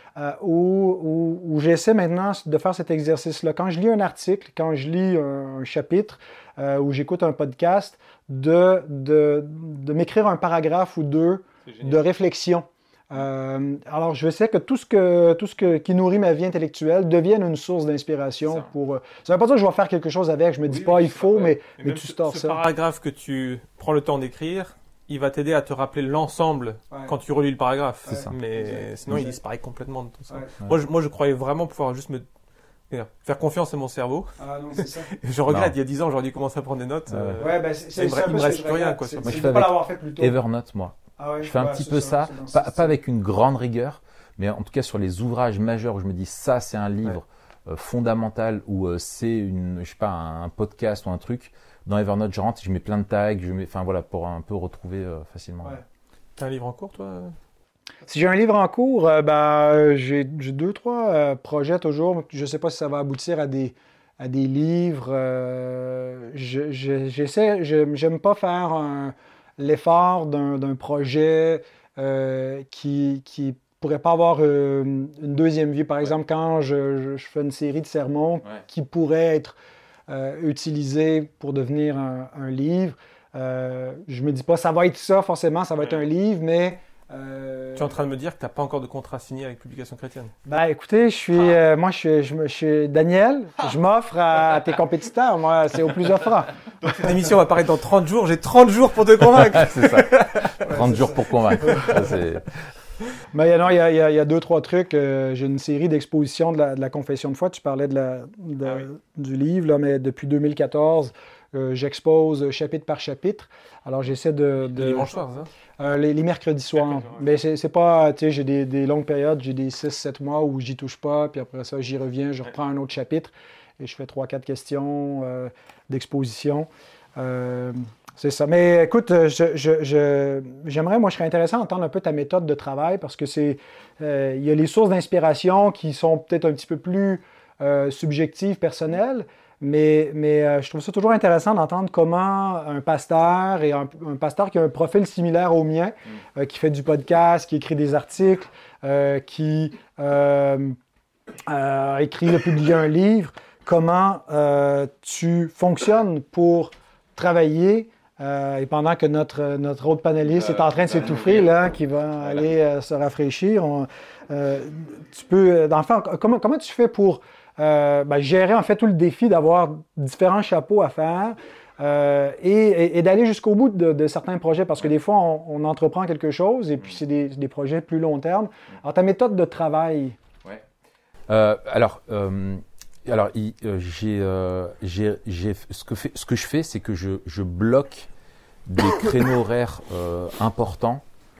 S1: où j'essaie maintenant de faire cet exercice-là. Quand je lis un article, quand je lis un chapitre, ou j'écoute un podcast, de m'écrire un paragraphe ou deux de réflexion. Alors, je sais que tout ce qui nourrit ma vie intellectuelle devienne une source d'inspiration. Ça ne veut pas dire que je vais faire quelque chose avec, je me dis pas il faut, mais tu stores ça.
S3: Ce paragraphe que tu prends le temps d'écrire, il va t'aider à te rappeler l'ensemble quand tu relis le paragraphe.
S2: C'est ça.
S3: Mais sinon, il disparaît complètement de ton cerveau.
S1: Ouais.
S3: Moi, je croyais vraiment pouvoir juste faire confiance à mon cerveau.
S1: Ah non, c'est ça.
S3: Je regrette, il y a 10 ans, j'aurais dû commencer à prendre des notes.
S1: Il
S3: me reste plus rien. Quoi,
S2: moi, je fais avec Evernote, moi. Je fais un petit peu ça, pas avec une grande rigueur, mais en tout cas sur les ouvrages majeurs où je me dis ça, c'est un livre fondamental ou c'est je sais pas, un podcast ou un truc. Dans Evernote, je rentre, je mets plein de tags, enfin voilà, pour un peu retrouver facilement.
S3: Ouais. T'as un livre en cours, toi?
S1: Si j'ai un livre en cours, j'ai 2-3 projets toujours. Je ne sais pas si ça va aboutir à des livres. J'aime pas faire l'effort d'un projet qui pourrait pas avoir une deuxième vie. Par exemple, quand je fais une série de sermons qui pourraient être utilisés pour devenir un livre, je me dis pas ça va être ça forcément, ça va être un livre, mais
S3: tu es en train de me dire que tu n'as pas encore de contrat signé avec Publication Chrétienne?
S1: Ben écoutez, je suis Daniel, je m'offre à tes compétiteurs, moi c'est au plus offrant.
S3: Donc cette émission va paraître dans 30 jours, j'ai 30 jours pour te convaincre.
S2: C'est ça, 30 jours pour convaincre.
S1: Mais il y a 2-3 trucs. J'ai une série d'expositions de la confession de foi. Tu parlais du livre, là, mais depuis 2014, j'expose chapitre par chapitre. Alors j'essaie
S3: Les dimanches soirs, ça?
S1: Les mercredis soirs. Mais c'est pas, tu sais, j'ai des longues périodes, j'ai des 6-7 mois où j'y touche pas, puis après ça, j'y reviens, je reprends un autre chapitre et je fais 3-4 questions d'exposition. C'est ça. Mais écoute, j'aimerais, moi, je serais intéressé d'entendre un peu ta méthode de travail parce que il y a les sources d'inspiration qui sont peut-être un petit peu plus subjectives, personnelles, mais je trouve ça toujours intéressant d'entendre comment un pasteur, et un pasteur qui a un profil similaire au mien, qui fait du podcast, qui écrit des articles, qui a écrit, a publié un livre, comment tu fonctionnes pour travailler et pendant que notre autre panéliste est en train de s'étouffer, là, qui va aller se rafraîchir, tu peux, dans le fond, comment tu fais pour gérer en fait tout le défi d'avoir différents chapeaux à faire et d'aller jusqu'au bout de certains projets, parce que des fois, on entreprend quelque chose et puis c'est des projets plus long terme. Alors, ta méthode de travail?
S2: Ce que je fais, c'est que je bloque des créneaux horaires importants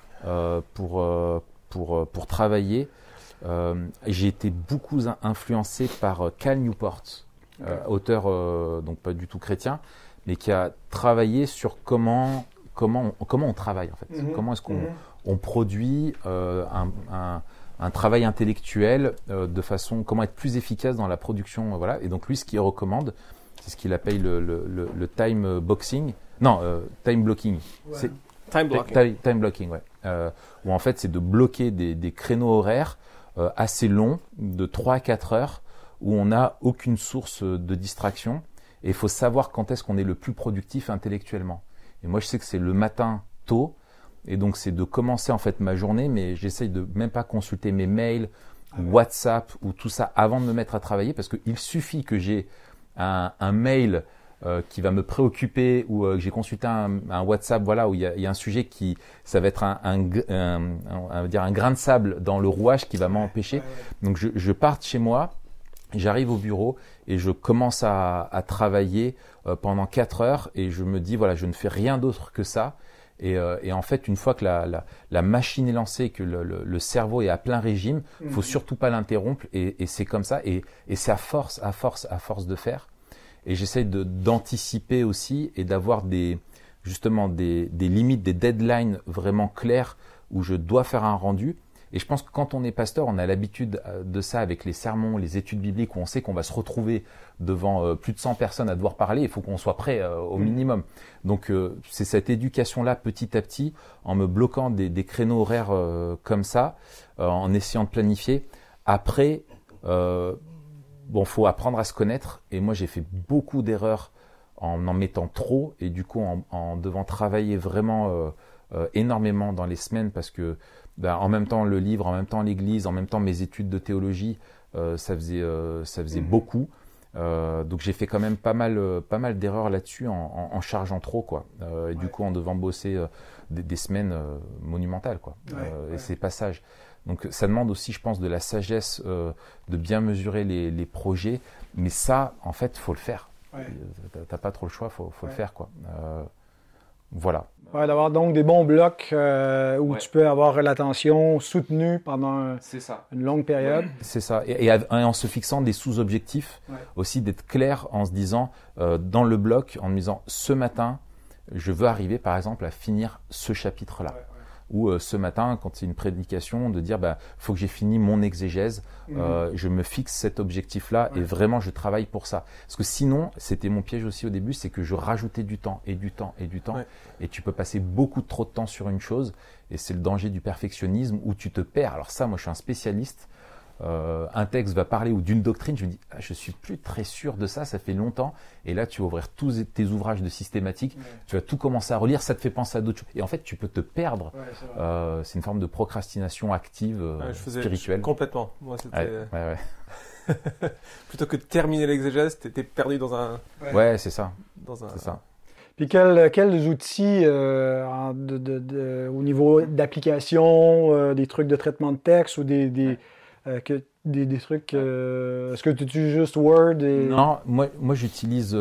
S2: pour travailler. J'ai été beaucoup influencé par Cal Newport, auteur donc pas du tout chrétien, mais qui a travaillé sur comment on travaille en fait. Comment est-ce qu'on produit un travail intellectuel de façon, comment être plus efficace dans la production, voilà. Et donc lui, ce qu'il recommande, c'est ce qu'il appelle le time boxing, time blocking.
S3: Ouais.
S2: C'est
S3: time
S2: blocking, ouais. Où en fait, c'est de bloquer des créneaux horaires assez longs, de 3 à 4 heures, où on n'a aucune source de distraction. Et il faut savoir quand est-ce qu'on est le plus productif intellectuellement. Et moi, je sais que c'est le matin tôt. Et donc, c'est de commencer en fait ma journée, mais j'essaye de même pas consulter mes mails, WhatsApp ou tout ça avant de me mettre à travailler, parce qu'il suffit que j'ai un mail qui va me préoccuper ou que j'ai consulté un WhatsApp, voilà, où il y a un sujet qui, ça va être on va dire un grain de sable dans le rouage qui va m'empêcher. Donc je pars de chez moi, j'arrive au bureau et je commence à travailler pendant 4 heures et je me dis voilà, je ne fais rien d'autre que ça. Et en fait, une fois que la machine est lancée, que le cerveau est à plein régime, faut surtout pas l'interrompre et c'est comme ça. Et c'est à force de faire. Et j'essaye d'anticiper aussi et d'avoir justement des limites, des deadlines vraiment claires où je dois faire un rendu. Et je pense que quand on est pasteur, on a l'habitude de ça avec les sermons, les études bibliques, où on sait qu'on va se retrouver devant plus de 100 personnes à devoir parler. Il faut qu'on soit prêt au minimum. Donc c'est cette éducation-là petit à petit, en me bloquant des créneaux horaires comme ça, en essayant de planifier. Après, faut apprendre à se connaître. Et moi, j'ai fait beaucoup d'erreurs en mettant trop et du coup en devant travailler vraiment énormément dans les semaines parce que en même temps le livre, en même temps l'église, en même temps mes études de théologie, ça faisait beaucoup. Donc j'ai fait quand même pas mal d'erreurs là-dessus en chargeant trop quoi. Et du coup en devant bosser des semaines monumentales quoi. Et ces passages. Donc ça demande aussi, je pense, de la sagesse de bien mesurer les projets. Mais ça, en fait, faut le faire. T'as pas trop le choix, faut le faire quoi. Voilà.
S1: Ouais, d'avoir donc des bons blocs où tu peux avoir l'attention soutenue pendant une longue période.
S2: C'est ça. Et en se fixant des sous-objectifs, aussi d'être clair en se disant, dans le bloc, en me disant, ce matin, je veux arriver par exemple à finir ce chapitre-là. Ou ce matin, quand c'est une prédication, de dire, faut que j'ai fini mon exégèse, je me fixe cet objectif-là et vraiment je travaille pour ça. Parce que sinon, c'était mon piège aussi au début, c'est que je rajoutais du temps et du temps et du temps. Et tu peux passer beaucoup trop de temps sur une chose et c'est le danger du perfectionnisme où tu te perds. Alors ça, moi je suis un spécialiste. Un texte va parler ou d'une doctrine, je me dis je suis plus très sûr de ça fait longtemps et là tu vas ouvrir tous tes ouvrages de systématique, tu vas tout commencer à relire, ça te fait penser à d'autres choses et en fait tu peux te perdre. C'est une forme de procrastination active spirituelle.
S3: Complètement. Moi c'était plutôt que de terminer l'exégèse, t'étais perdu dans un.
S2: C'est ça. C'est ça.
S1: Puis quels outils au niveau d'application, des trucs de traitement de texte ou des trucs. Est-ce que tu utilises juste Word
S2: Non, moi j'utilise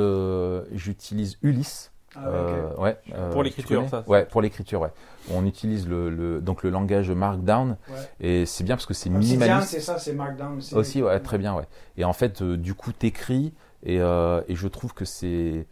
S2: Ulysse.
S3: Pour l'écriture, ça.
S2: Pour l'écriture, On utilise donc le langage Markdown et c'est bien parce que c'est minimaliste.
S1: C'est ça, c'est Markdown
S2: aussi. Très bien, Et en fait, du coup, t'écris et je trouve que c'est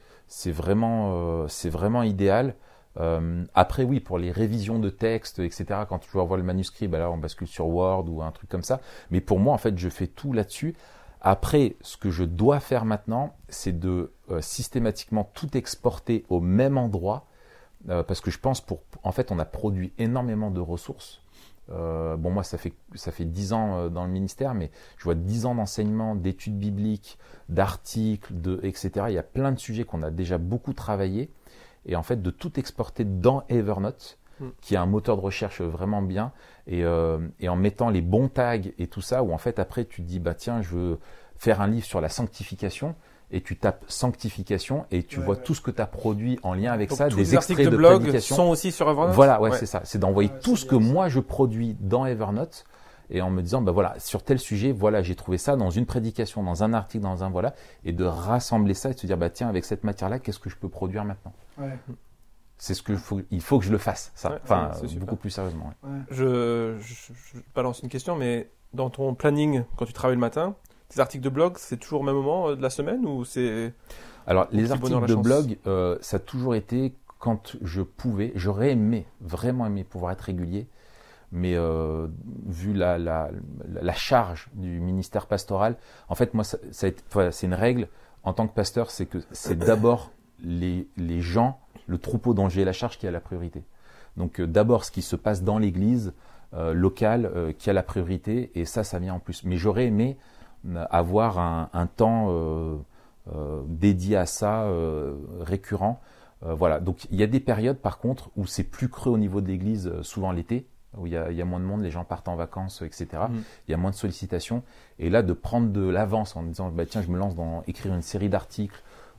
S2: vraiment idéal. Après oui, pour les révisions de texte, etc. Quand tu vas voir le manuscrit, là on bascule sur Word ou un truc comme ça. Mais pour moi, en fait, je fais tout là-dessus. Après, ce que je dois faire maintenant, c'est de systématiquement tout exporter au même endroit, parce que je pense en fait, on a produit énormément de ressources. Moi, ça fait 10 ans dans le ministère, mais je vois 10 ans d'enseignement, d'études bibliques, d'articles, etc. Il y a plein de sujets qu'on a déjà beaucoup travaillé. Et en fait, de tout exporter dans Evernote, qui est un moteur de recherche vraiment bien, et en mettant les bons tags et tout ça, où en fait, après, tu te dis, tiens, je veux faire un livre sur la sanctification, et tu tapes sanctification, et tu vois tout ce que tu as produit en lien avec. Donc, ça, des extraits de
S3: blog
S2: prédication.
S3: Sont aussi sur Evernote.
S2: Voilà, c'est ça. C'est d'envoyer tout ce que moi, je produis dans Evernote, et en me disant, sur tel sujet, j'ai trouvé ça dans une prédication, dans un article, dans un et de rassembler ça et de se dire, tiens, avec cette matière-là, qu'est-ce que je peux produire maintenant ? C'est il faut que je le fasse, ça. Beaucoup plus sérieusement.
S3: Je balance une question, mais dans ton planning, quand tu travailles le matin, tes articles de blog, c'est toujours au même moment de la semaine ou c'est...
S2: Alors, les articles de blog, ça a toujours été quand je pouvais. J'aurais vraiment aimé pouvoir être régulier. Mais vu la charge du ministère pastoral, en fait, moi, c'est une règle en tant que pasteur, c'est que c'est d'abord les gens, le troupeau dont j'ai la charge qui a la priorité. Donc d'abord ce qui se passe dans l'église locale qui a la priorité, et ça vient en plus. Mais j'aurais aimé avoir un temps dédié à ça, récurrent. Donc il y a des périodes par contre où c'est plus creux au niveau de l'église, souvent l'été, où il y a moins de monde, les gens partent en vacances, etc. Il y a moins de sollicitations. Et là, de prendre de l'avance en disant, tiens, je me lance dans écrire une série d'articles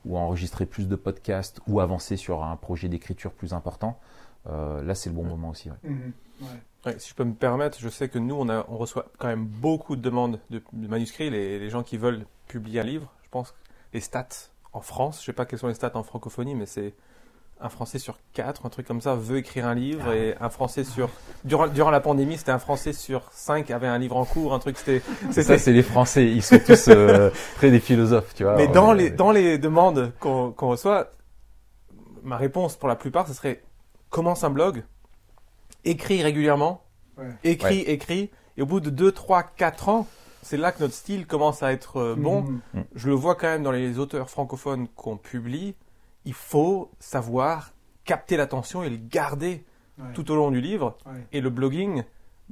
S2: ou enregistrer plus de podcasts, ou avancer sur un projet d'écriture plus important, là c'est le bon moment aussi. Ouais.
S3: Ouais, si je peux me permettre, je sais que nous, on reçoit quand même beaucoup de demandes de manuscrits, les gens qui veulent publier un livre. Je pense que les stats en France, je ne sais pas quelles sont les stats en francophonie, mais c'est un Français sur 4, un truc comme ça, veut écrire un livre, et un Français sur... Durant la pandémie, c'était un Français sur 5 avait un livre en cours, un truc, c'était...
S2: Ça, c'est les Français, ils sont tous près des philosophes, tu vois.
S3: Mais dans les demandes qu'on reçoit, ma réponse pour la plupart, ce serait commence un blog, écris régulièrement, écris, et au bout de 2, 3, 4 ans, c'est là que notre style commence à être bon. Je le vois quand même dans les auteurs francophones qu'on publie, il faut savoir capter l'attention et le garder tout au long du livre. Et le blogging,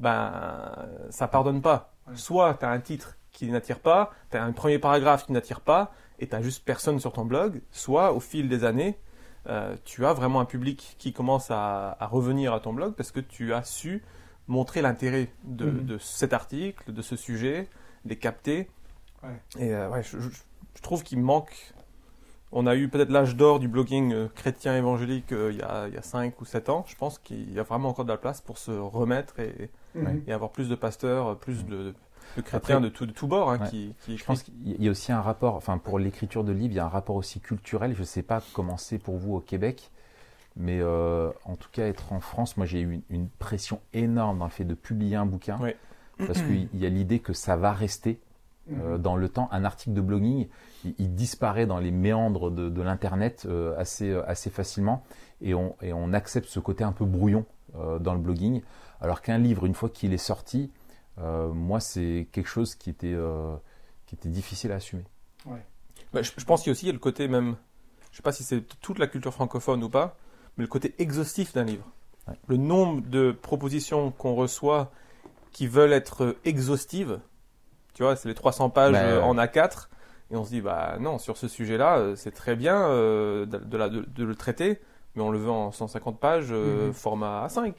S3: ça pardonne pas. Soit tu as un titre qui n'attire pas, tu as un premier paragraphe qui n'attire pas, et tu n'as juste personne sur ton blog, soit au fil des années, tu as vraiment un public qui commence à revenir à ton blog parce que tu as su montrer l'intérêt de cet article, de ce sujet, les capter. Et je trouve qu'il manque... On a eu peut-être l'âge d'or du blogging chrétien évangélique il y a 5 ou 7 ans. Je pense qu'il y a vraiment encore de la place pour se remettre et avoir plus de pasteurs, plus de chrétiens. Après, de tous bords qui
S2: je pense qu'il y a aussi un rapport, enfin pour l'écriture de livres, il y a un rapport aussi culturel. Je ne sais pas comment c'est pour vous au Québec, mais en tout cas être en France, moi j'ai eu une pression énorme dans le fait de publier un bouquin, parce qu'il y a l'idée que ça va rester dans le temps. Un article de blogging, il disparaît dans les méandres de l'internet assez facilement, et on accepte ce côté un peu brouillon dans le blogging, alors qu'un livre, une fois qu'il est sorti, moi c'est quelque chose qui était difficile à assumer.
S3: Je pense qu'il y a aussi le côté même, je ne sais pas si c'est toute la culture francophone ou pas, mais le côté exhaustif d'un livre. Le nombre de propositions qu'on reçoit qui veulent être exhaustives, tu vois, c'est les 300 pages en A4, et on se dit, non, sur ce sujet-là, c'est très bien de le traiter, mais on le veut en 150 pages, format A5.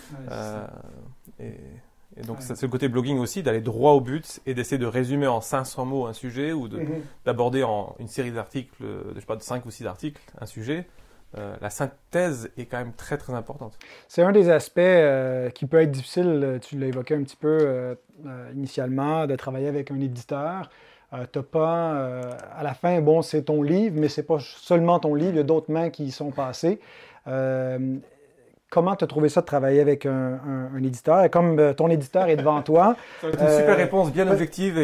S3: Et donc, c'est le côté blogging aussi, d'aller droit au but et d'essayer de résumer en 500 mots un sujet, ou d'aborder en une série d'articles, de 5 ou 6 articles, un sujet. La synthèse est quand même très très importante.
S1: C'est un des aspects qui peut être difficile, tu l'as évoqué un petit peu initialement, de travailler avec un éditeur. T'as pas, à la fin, bon, c'est ton livre, mais c'est pas seulement ton livre, il y a d'autres mains qui y sont passées. Comment tu as trouvé ça de travailler avec un éditeur? Comme ton éditeur est devant toi.
S3: C'est une super réponse, bien objective.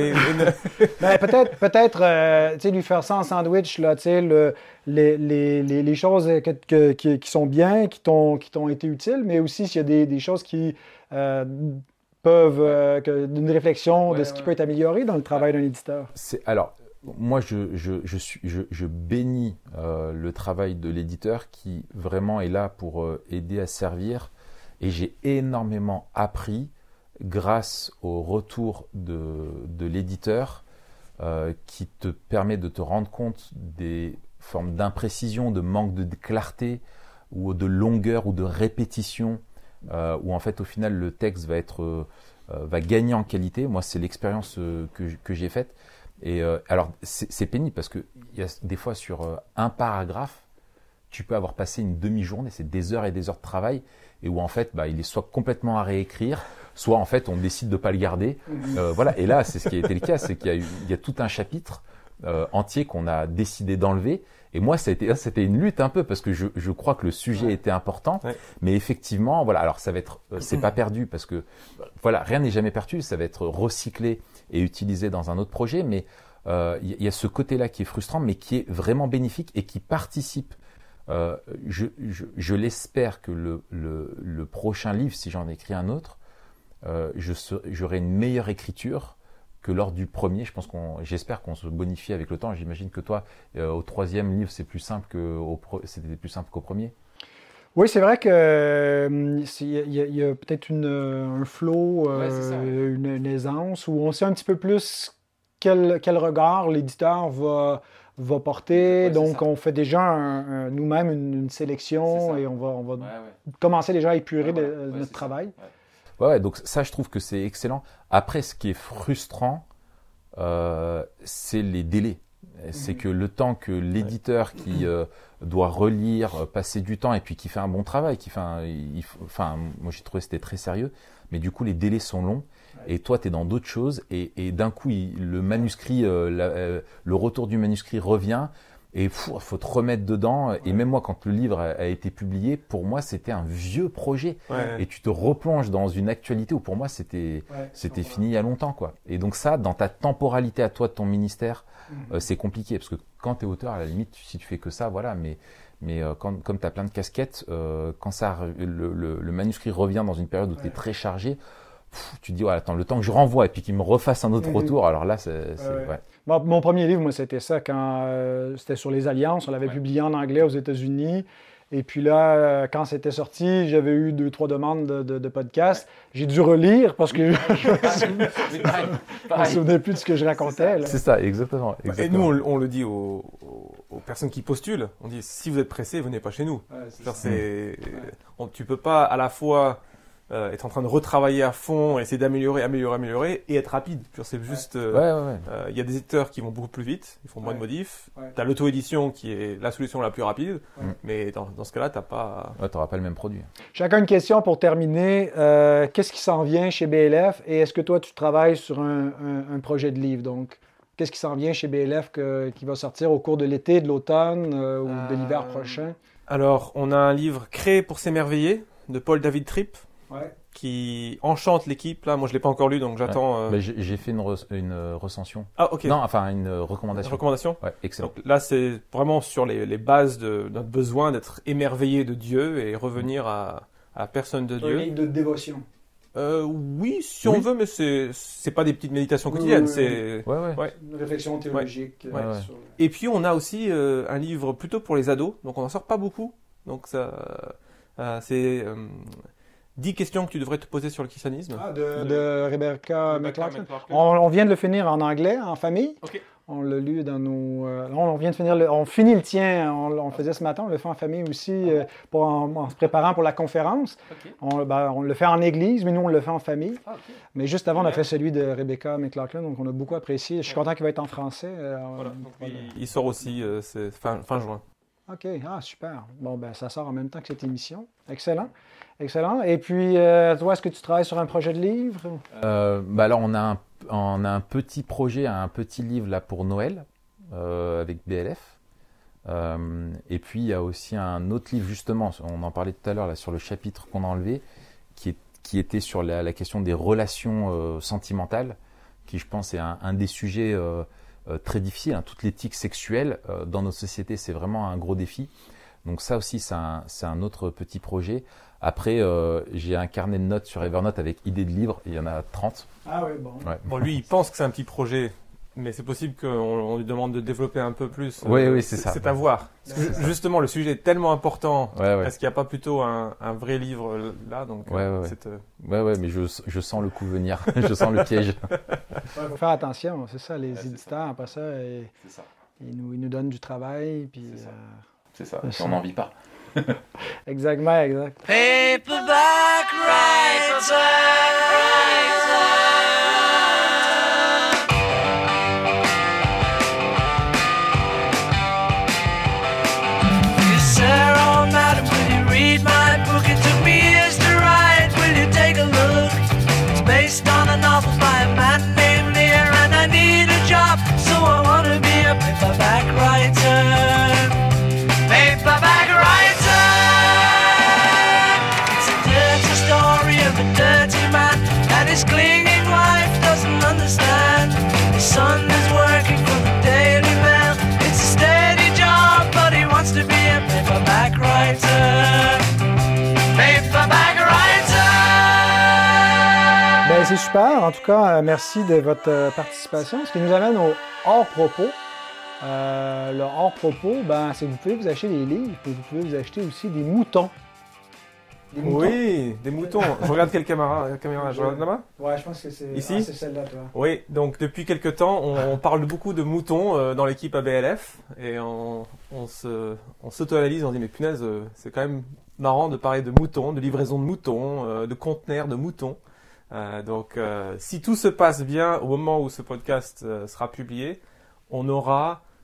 S1: Peut-être lui faire ça en sandwich, là, les choses qui sont bien, qui t'ont été utiles, mais aussi s'il y a des choses qui peuvent, d'une réflexion de ce qui peut être amélioré dans le travail d'un éditeur.
S2: Alors, moi, je bénis le travail de l'éditeur qui vraiment est là pour aider à servir, et j'ai énormément appris grâce au retour de l'éditeur qui te permet de te rendre compte des formes d'imprécision, de manque de clarté ou de longueur ou de répétition, où en fait au final le texte va gagner en qualité. Moi, c'est l'expérience que j'ai faite. Et alors, c'est pénible parce qu'il y a des fois sur un paragraphe, tu peux avoir passé une demi-journée, c'est des heures et des heures de travail, et où en fait, il est soit complètement à réécrire, soit en fait, on décide de ne pas le garder. Voilà. Et là, c'est ce qui a été le cas, c'est qu'il y a tout un chapitre entier qu'on a décidé d'enlever. Et moi, c'était une lutte un peu parce que je crois que le sujet était important, mais effectivement, voilà. Alors, ça va être, c'est pas perdu parce que voilà, rien n'est jamais perdu. Ça va être recyclé et utilisé dans un autre projet, mais il y a ce côté-là qui est frustrant, mais qui est vraiment bénéfique et qui participe. Je l'espère que le prochain livre, si j'en écris un autre, j'aurai une meilleure écriture que lors du premier. J'espère qu'on se bonifie avec le temps. J'imagine que toi, au troisième livre, c'était plus simple qu'au premier.
S1: Oui, c'est vrai que y a peut-être un flow, une aisance, où on sait un petit peu plus quel regard l'éditeur va porter. Donc, on fait déjà nous-mêmes une sélection et on va commencer déjà à épurer notre travail.
S2: Ouais, donc ça, je trouve que c'est excellent. Après, ce qui est frustrant, c'est les délais. C'est que le temps que l'éditeur qui doit relire, passer du temps et puis qui fait un bon travail, moi j'ai trouvé que c'était très sérieux, mais du coup les délais sont longs et toi tu es dans d'autres choses et d'un coup le manuscrit, le retour du manuscrit revient. Et il faut te remettre dedans. Et même moi, quand le livre a été publié, pour moi, c'était un vieux projet. Et tu te replonges dans une actualité où pour moi, c'était fini il y a longtemps, quoi. Et donc ça, dans ta temporalité à toi de ton ministère, c'est compliqué. Parce que quand tu es auteur, à la limite, si tu fais que ça, voilà. Mais comme tu as plein de casquettes, quand le manuscrit revient dans une période où tu es très chargé, tu te dis, attends, le temps que je renvoie et puis qu'il me refasse un autre retour, alors là, ouais.
S1: Bon, mon premier livre, moi, c'était ça, quand c'était sur les alliances. On l'avait publié en anglais aux États-Unis. Et puis là, quand c'était sorti, j'avais eu 2-3 demandes de podcasts. J'ai dû relire parce que je ne me souvenais plus de ce que je racontais.
S2: C'est ça, exactement.
S3: Et nous, on le dit aux personnes qui postulent. On dit, si vous êtes pressé, venez pas chez nous. Tu peux pas à la fois être en train de retravailler à fond, essayer d'améliorer et être rapide. C'est juste, y a des éditeurs qui vont beaucoup plus vite, ils font moins de modifs. T'as l'auto-édition qui est la solution la plus rapide, mais dans ce cas-là,
S2: t'auras pas le même produit.
S1: Chacun une question pour terminer. Qu'est-ce qui s'en vient chez BLF et est-ce que toi, tu travailles sur un projet de livre? Donc, qu'est-ce qui s'en vient chez BLF qui va sortir au cours de l'été, de l'automne ou de l'hiver prochain?
S3: Alors, on a un livre Créé pour s'émerveiller de Paul David Tripp. Qui enchante l'équipe. Là, moi, je l'ai pas encore lu, donc j'attends.
S2: J'ai fait une recension.
S3: Ah, ok.
S2: Non, enfin une recommandation.
S3: Une recommandation.
S2: Ouais, excellent.
S3: Donc là, c'est vraiment sur les bases de notre besoin d'être émerveillé de Dieu et revenir à la personne de Dieu.
S1: Un livre de dévotion.
S3: Oui, si on veut, mais c'est pas des petites méditations quotidiennes. C'est
S1: une réflexion théologique.
S3: Et puis, on a aussi un livre plutôt pour les ados, donc on en sort pas beaucoup. Donc ça, c'est 10 questions que tu devrais te poser sur le christianisme.
S1: De Rebecca McLaughlin. On vient de le finir en anglais, en famille.
S3: Okay.
S1: On l'a lu dans nos... on vient de finir on finit le tien, on le faisait ce matin, on le fait en famille aussi en se préparant pour la conférence. Okay. On le fait en église, mais nous on le fait en famille. Mais juste avant, on a fait celui de Rebecca McLaughlin, donc on a beaucoup apprécié. Je suis content qu'il va être en français.
S3: Il sort aussi c'est fin juin.
S1: OK, super. Bon, ça sort en même temps que cette émission. Excellent. Et puis, toi, est-ce que tu travailles sur un projet de livre?
S2: Alors, on a un petit projet, un petit livre là pour Noël avec BLF. Et puis, il y a aussi un autre livre, justement, on en parlait tout à l'heure, là, sur le chapitre qu'on a enlevé, qui était sur la question des relations sentimentales, qui, je pense, est un des sujets très difficiles. Toute l'éthique sexuelle dans nos sociétés, c'est vraiment un gros défi. Donc ça aussi, c'est un autre petit projet. Après, j'ai un carnet de notes sur Evernote avec idées de livres. Il y en a 30.
S1: Ah oui, bon.
S2: Ouais.
S3: Bon, lui, il pense que c'est un petit projet, mais c'est possible qu'on lui demande de développer un peu plus.
S2: Oui, c'est ça.
S3: C'est à voir. Justement, le sujet est tellement important.
S2: Ouais.
S3: Est-ce qu'il n'y a pas plutôt un vrai livre là? Donc,
S2: mais je sens le coup venir. Je sens le piège.
S1: Il faut faire attention, c'est ça. Les éditeurs, après ça, ils nous donnent du travail. Puis,
S2: c'est ça. On n'en vit pas.
S1: Exactement, exact.
S4: Paperback writer. Yes, sir, oh madam, will you read my book? It took me years to write. Will you take a look? It's based on a novel by a man named Lear, and I need a job, so I want to be a paperback writer. Paperback writer. It's a dirty story of a dirty man and his clinging wife doesn't understand. His son is working for the Daily Mail. It's a steady job, but he wants to be a paperback writer. Paperback writer.
S1: C'est super. En tout cas, merci de votre participation. Ce qui nous amène au hors-propos. Le hors-propos, c'est que vous pouvez vous acheter des livres, et vous pouvez vous acheter aussi des moutons.
S3: Oui, des moutons. Je regarde quelle caméra je regarde là-bas?
S1: Ouais, je pense que c'est
S3: ici.
S1: C'est celle-là, toi.
S3: Oui, donc depuis quelques temps, on parle beaucoup de moutons dans l'équipe ABLF et on s'auto-analyse, on dit mais punaise, c'est quand même marrant de parler de moutons, de livraison de moutons, de conteneurs de moutons. Donc si tout se passe bien au moment où ce podcast sera publié, on aura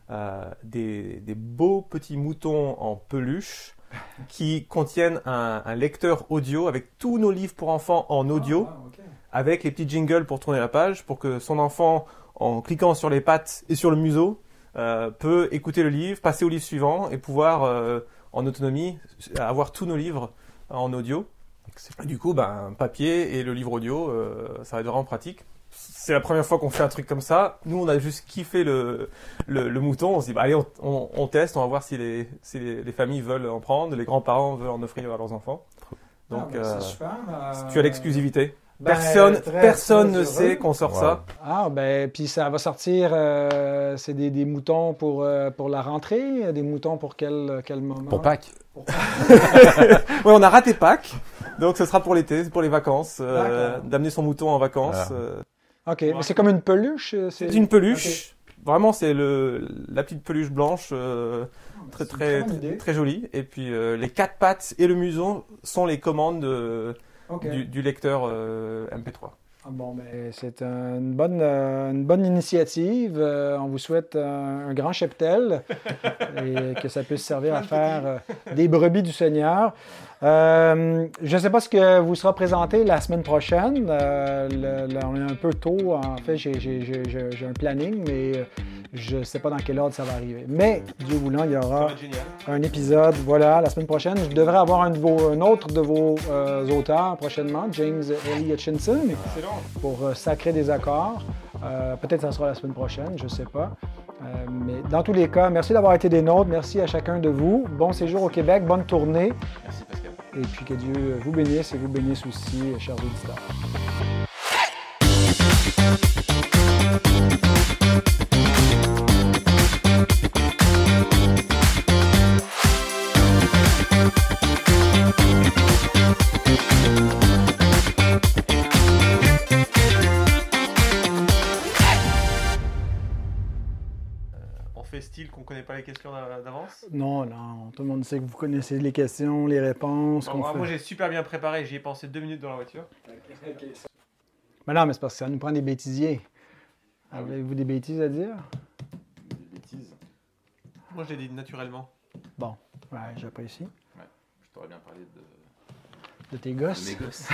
S3: des beaux petits moutons en peluche qui contiennent un lecteur audio avec tous nos livres pour enfants en audio, avec les petits jingles pour tourner la page, pour que son enfant, en cliquant sur les pattes et sur le museau, peut écouter le livre, passer au livre suivant et pouvoir, en autonomie, avoir tous nos livres en audio. Et du coup, papier et le livre audio, ça va être vraiment pratique. C'est la première fois qu'on fait un truc comme ça. Nous, on a juste kiffé le mouton. On se dit, allez, on teste, on va voir si les familles veulent en prendre, les grands-parents veulent en offrir à leurs enfants. Donc,
S1: c'est super.
S3: tu as l'exclusivité.
S1: Ben,
S3: Personne
S1: très
S3: ne sait qu'on sort ça.
S1: Ah, puis ça va sortir, c'est des moutons pour la rentrée, des moutons pour quel moment?
S2: Pour Pâques.
S3: Ouais, on a raté Pâques, donc ce sera pour l'été, pour les vacances, d'amener son mouton en vacances.
S1: OK, mais c'est comme une peluche?
S3: C'est une peluche. Okay. Vraiment, c'est la petite peluche blanche, très jolie. Et puis, les 4 pattes et le museau sont les commandes du lecteur MP3.
S1: Ah bon, mais c'est une bonne initiative. On vous souhaite un grand cheptel et que ça puisse servir à faire des brebis du Seigneur. Je ne sais pas ce que vous sera présenté la semaine prochaine. On est un peu tôt. En fait, j'ai un planning, mais je ne sais pas dans quel ordre ça va arriver. Mais, Dieu voulant, il y aura un épisode. Voilà, la semaine prochaine. Je devrais avoir un autre de vos auteurs prochainement, James Ellie Hutchinson, pour Sacrer des accords. Peut-être que ça sera la semaine prochaine, je ne sais pas. Mais dans tous les cas, merci d'avoir été des nôtres. Merci à chacun de vous. Bon séjour au Québec, bonne tournée.
S2: Merci Pascal.
S1: Et puis que Dieu vous bénisse et vous bénisse aussi, chers auditeurs.
S3: Style qu'on ne connaît pas les questions d'avance?
S1: Non, tout le monde sait que vous connaissez les questions, les réponses.
S3: Moi, j'ai super bien préparé, j'y ai pensé 2 minutes dans la voiture.
S1: Okay. Mais non, mais c'est parce que ça nous prend des bêtisiers. Avez-vous des bêtises à dire?
S3: Des bêtises? Moi, je l'ai dit naturellement.
S1: Bon, ouais, j'apprécie.
S2: Ouais, je t'aurais bien parlé
S1: de tes gosses.
S2: De mes gosses.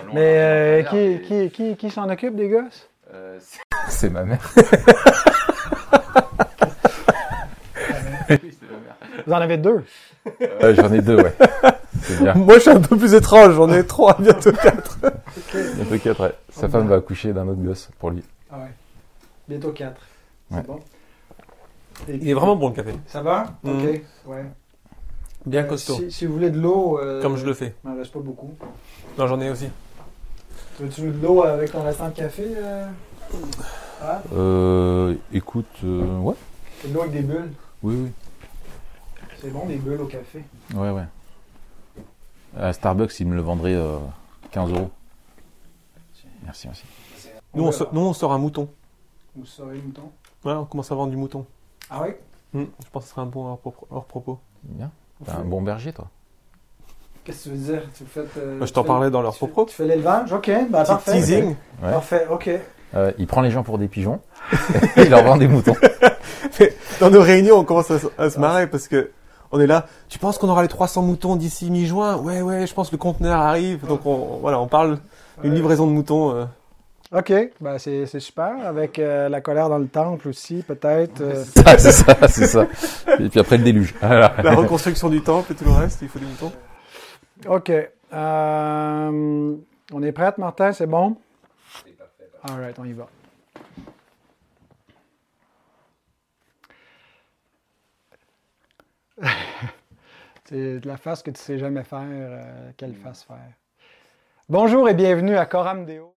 S1: Mais qui s'en occupe des gosses?
S2: C'est ma mère.
S1: Vous en avez 2?
S2: J'en ai 2, ouais. C'est bien.
S3: Moi, je suis un peu plus étrange. J'en ai 3, bientôt 4.
S2: Bientôt 4, ouais. Sa femme va accoucher d'un autre gosse pour lui.
S1: Ah ouais. Bientôt 4. C'est bon.
S3: Il est vraiment bon, le café.
S1: Ça va? OK. Ouais.
S3: Bien costaud.
S1: Si vous voulez de l'eau...
S3: Comme je le fais.
S1: Il m'en reste pas beaucoup.
S3: Non, j'en ai aussi.
S1: Veux-tu de l'eau avec ton restant de café?
S2: Écoute, ouais.
S1: C'est de l'eau avec des bulles?
S2: Oui.
S1: C'est bon, des bulles au café.
S2: Ouais. À Starbucks, ils me le vendraient 15 €. Merci.
S3: Nous, on sort un mouton.
S1: Vous saurez le mouton?
S3: Ouais, on commence à vendre du mouton.
S1: Ah oui?
S3: Je pense que ce serait un bon hors propos.
S2: Bien. T'es un bon berger, toi.
S1: Qu'est-ce que tu veux dire?
S3: Je t'en parlais dans leur propos.
S1: Tu fais l'élevage? OK, parfait.
S3: Teasing.
S2: Ouais.
S1: Parfait, OK.
S2: Il prend les gens pour des pigeons et il leur vend des moutons.
S3: Dans nos réunions, on commence à se marrer parce que on est là. Tu penses qu'on aura les 300 moutons d'ici mi-juin? Ouais, je pense que le conteneur arrive. Donc on parle d'une livraison de moutons.
S1: OK, c'est super. Avec la colère dans le temple aussi, peut-être.
S2: C'est ça. Et puis après le déluge. Voilà.
S3: La reconstruction du temple et tout le reste, il faut des moutons.
S1: OK. On est prête, Martin? C'est bon?
S2: C'est parfait.
S1: All right, on y va. C'est de la face que tu ne sais jamais faire, quelle face faire. Bonjour et bienvenue à Coram Deo.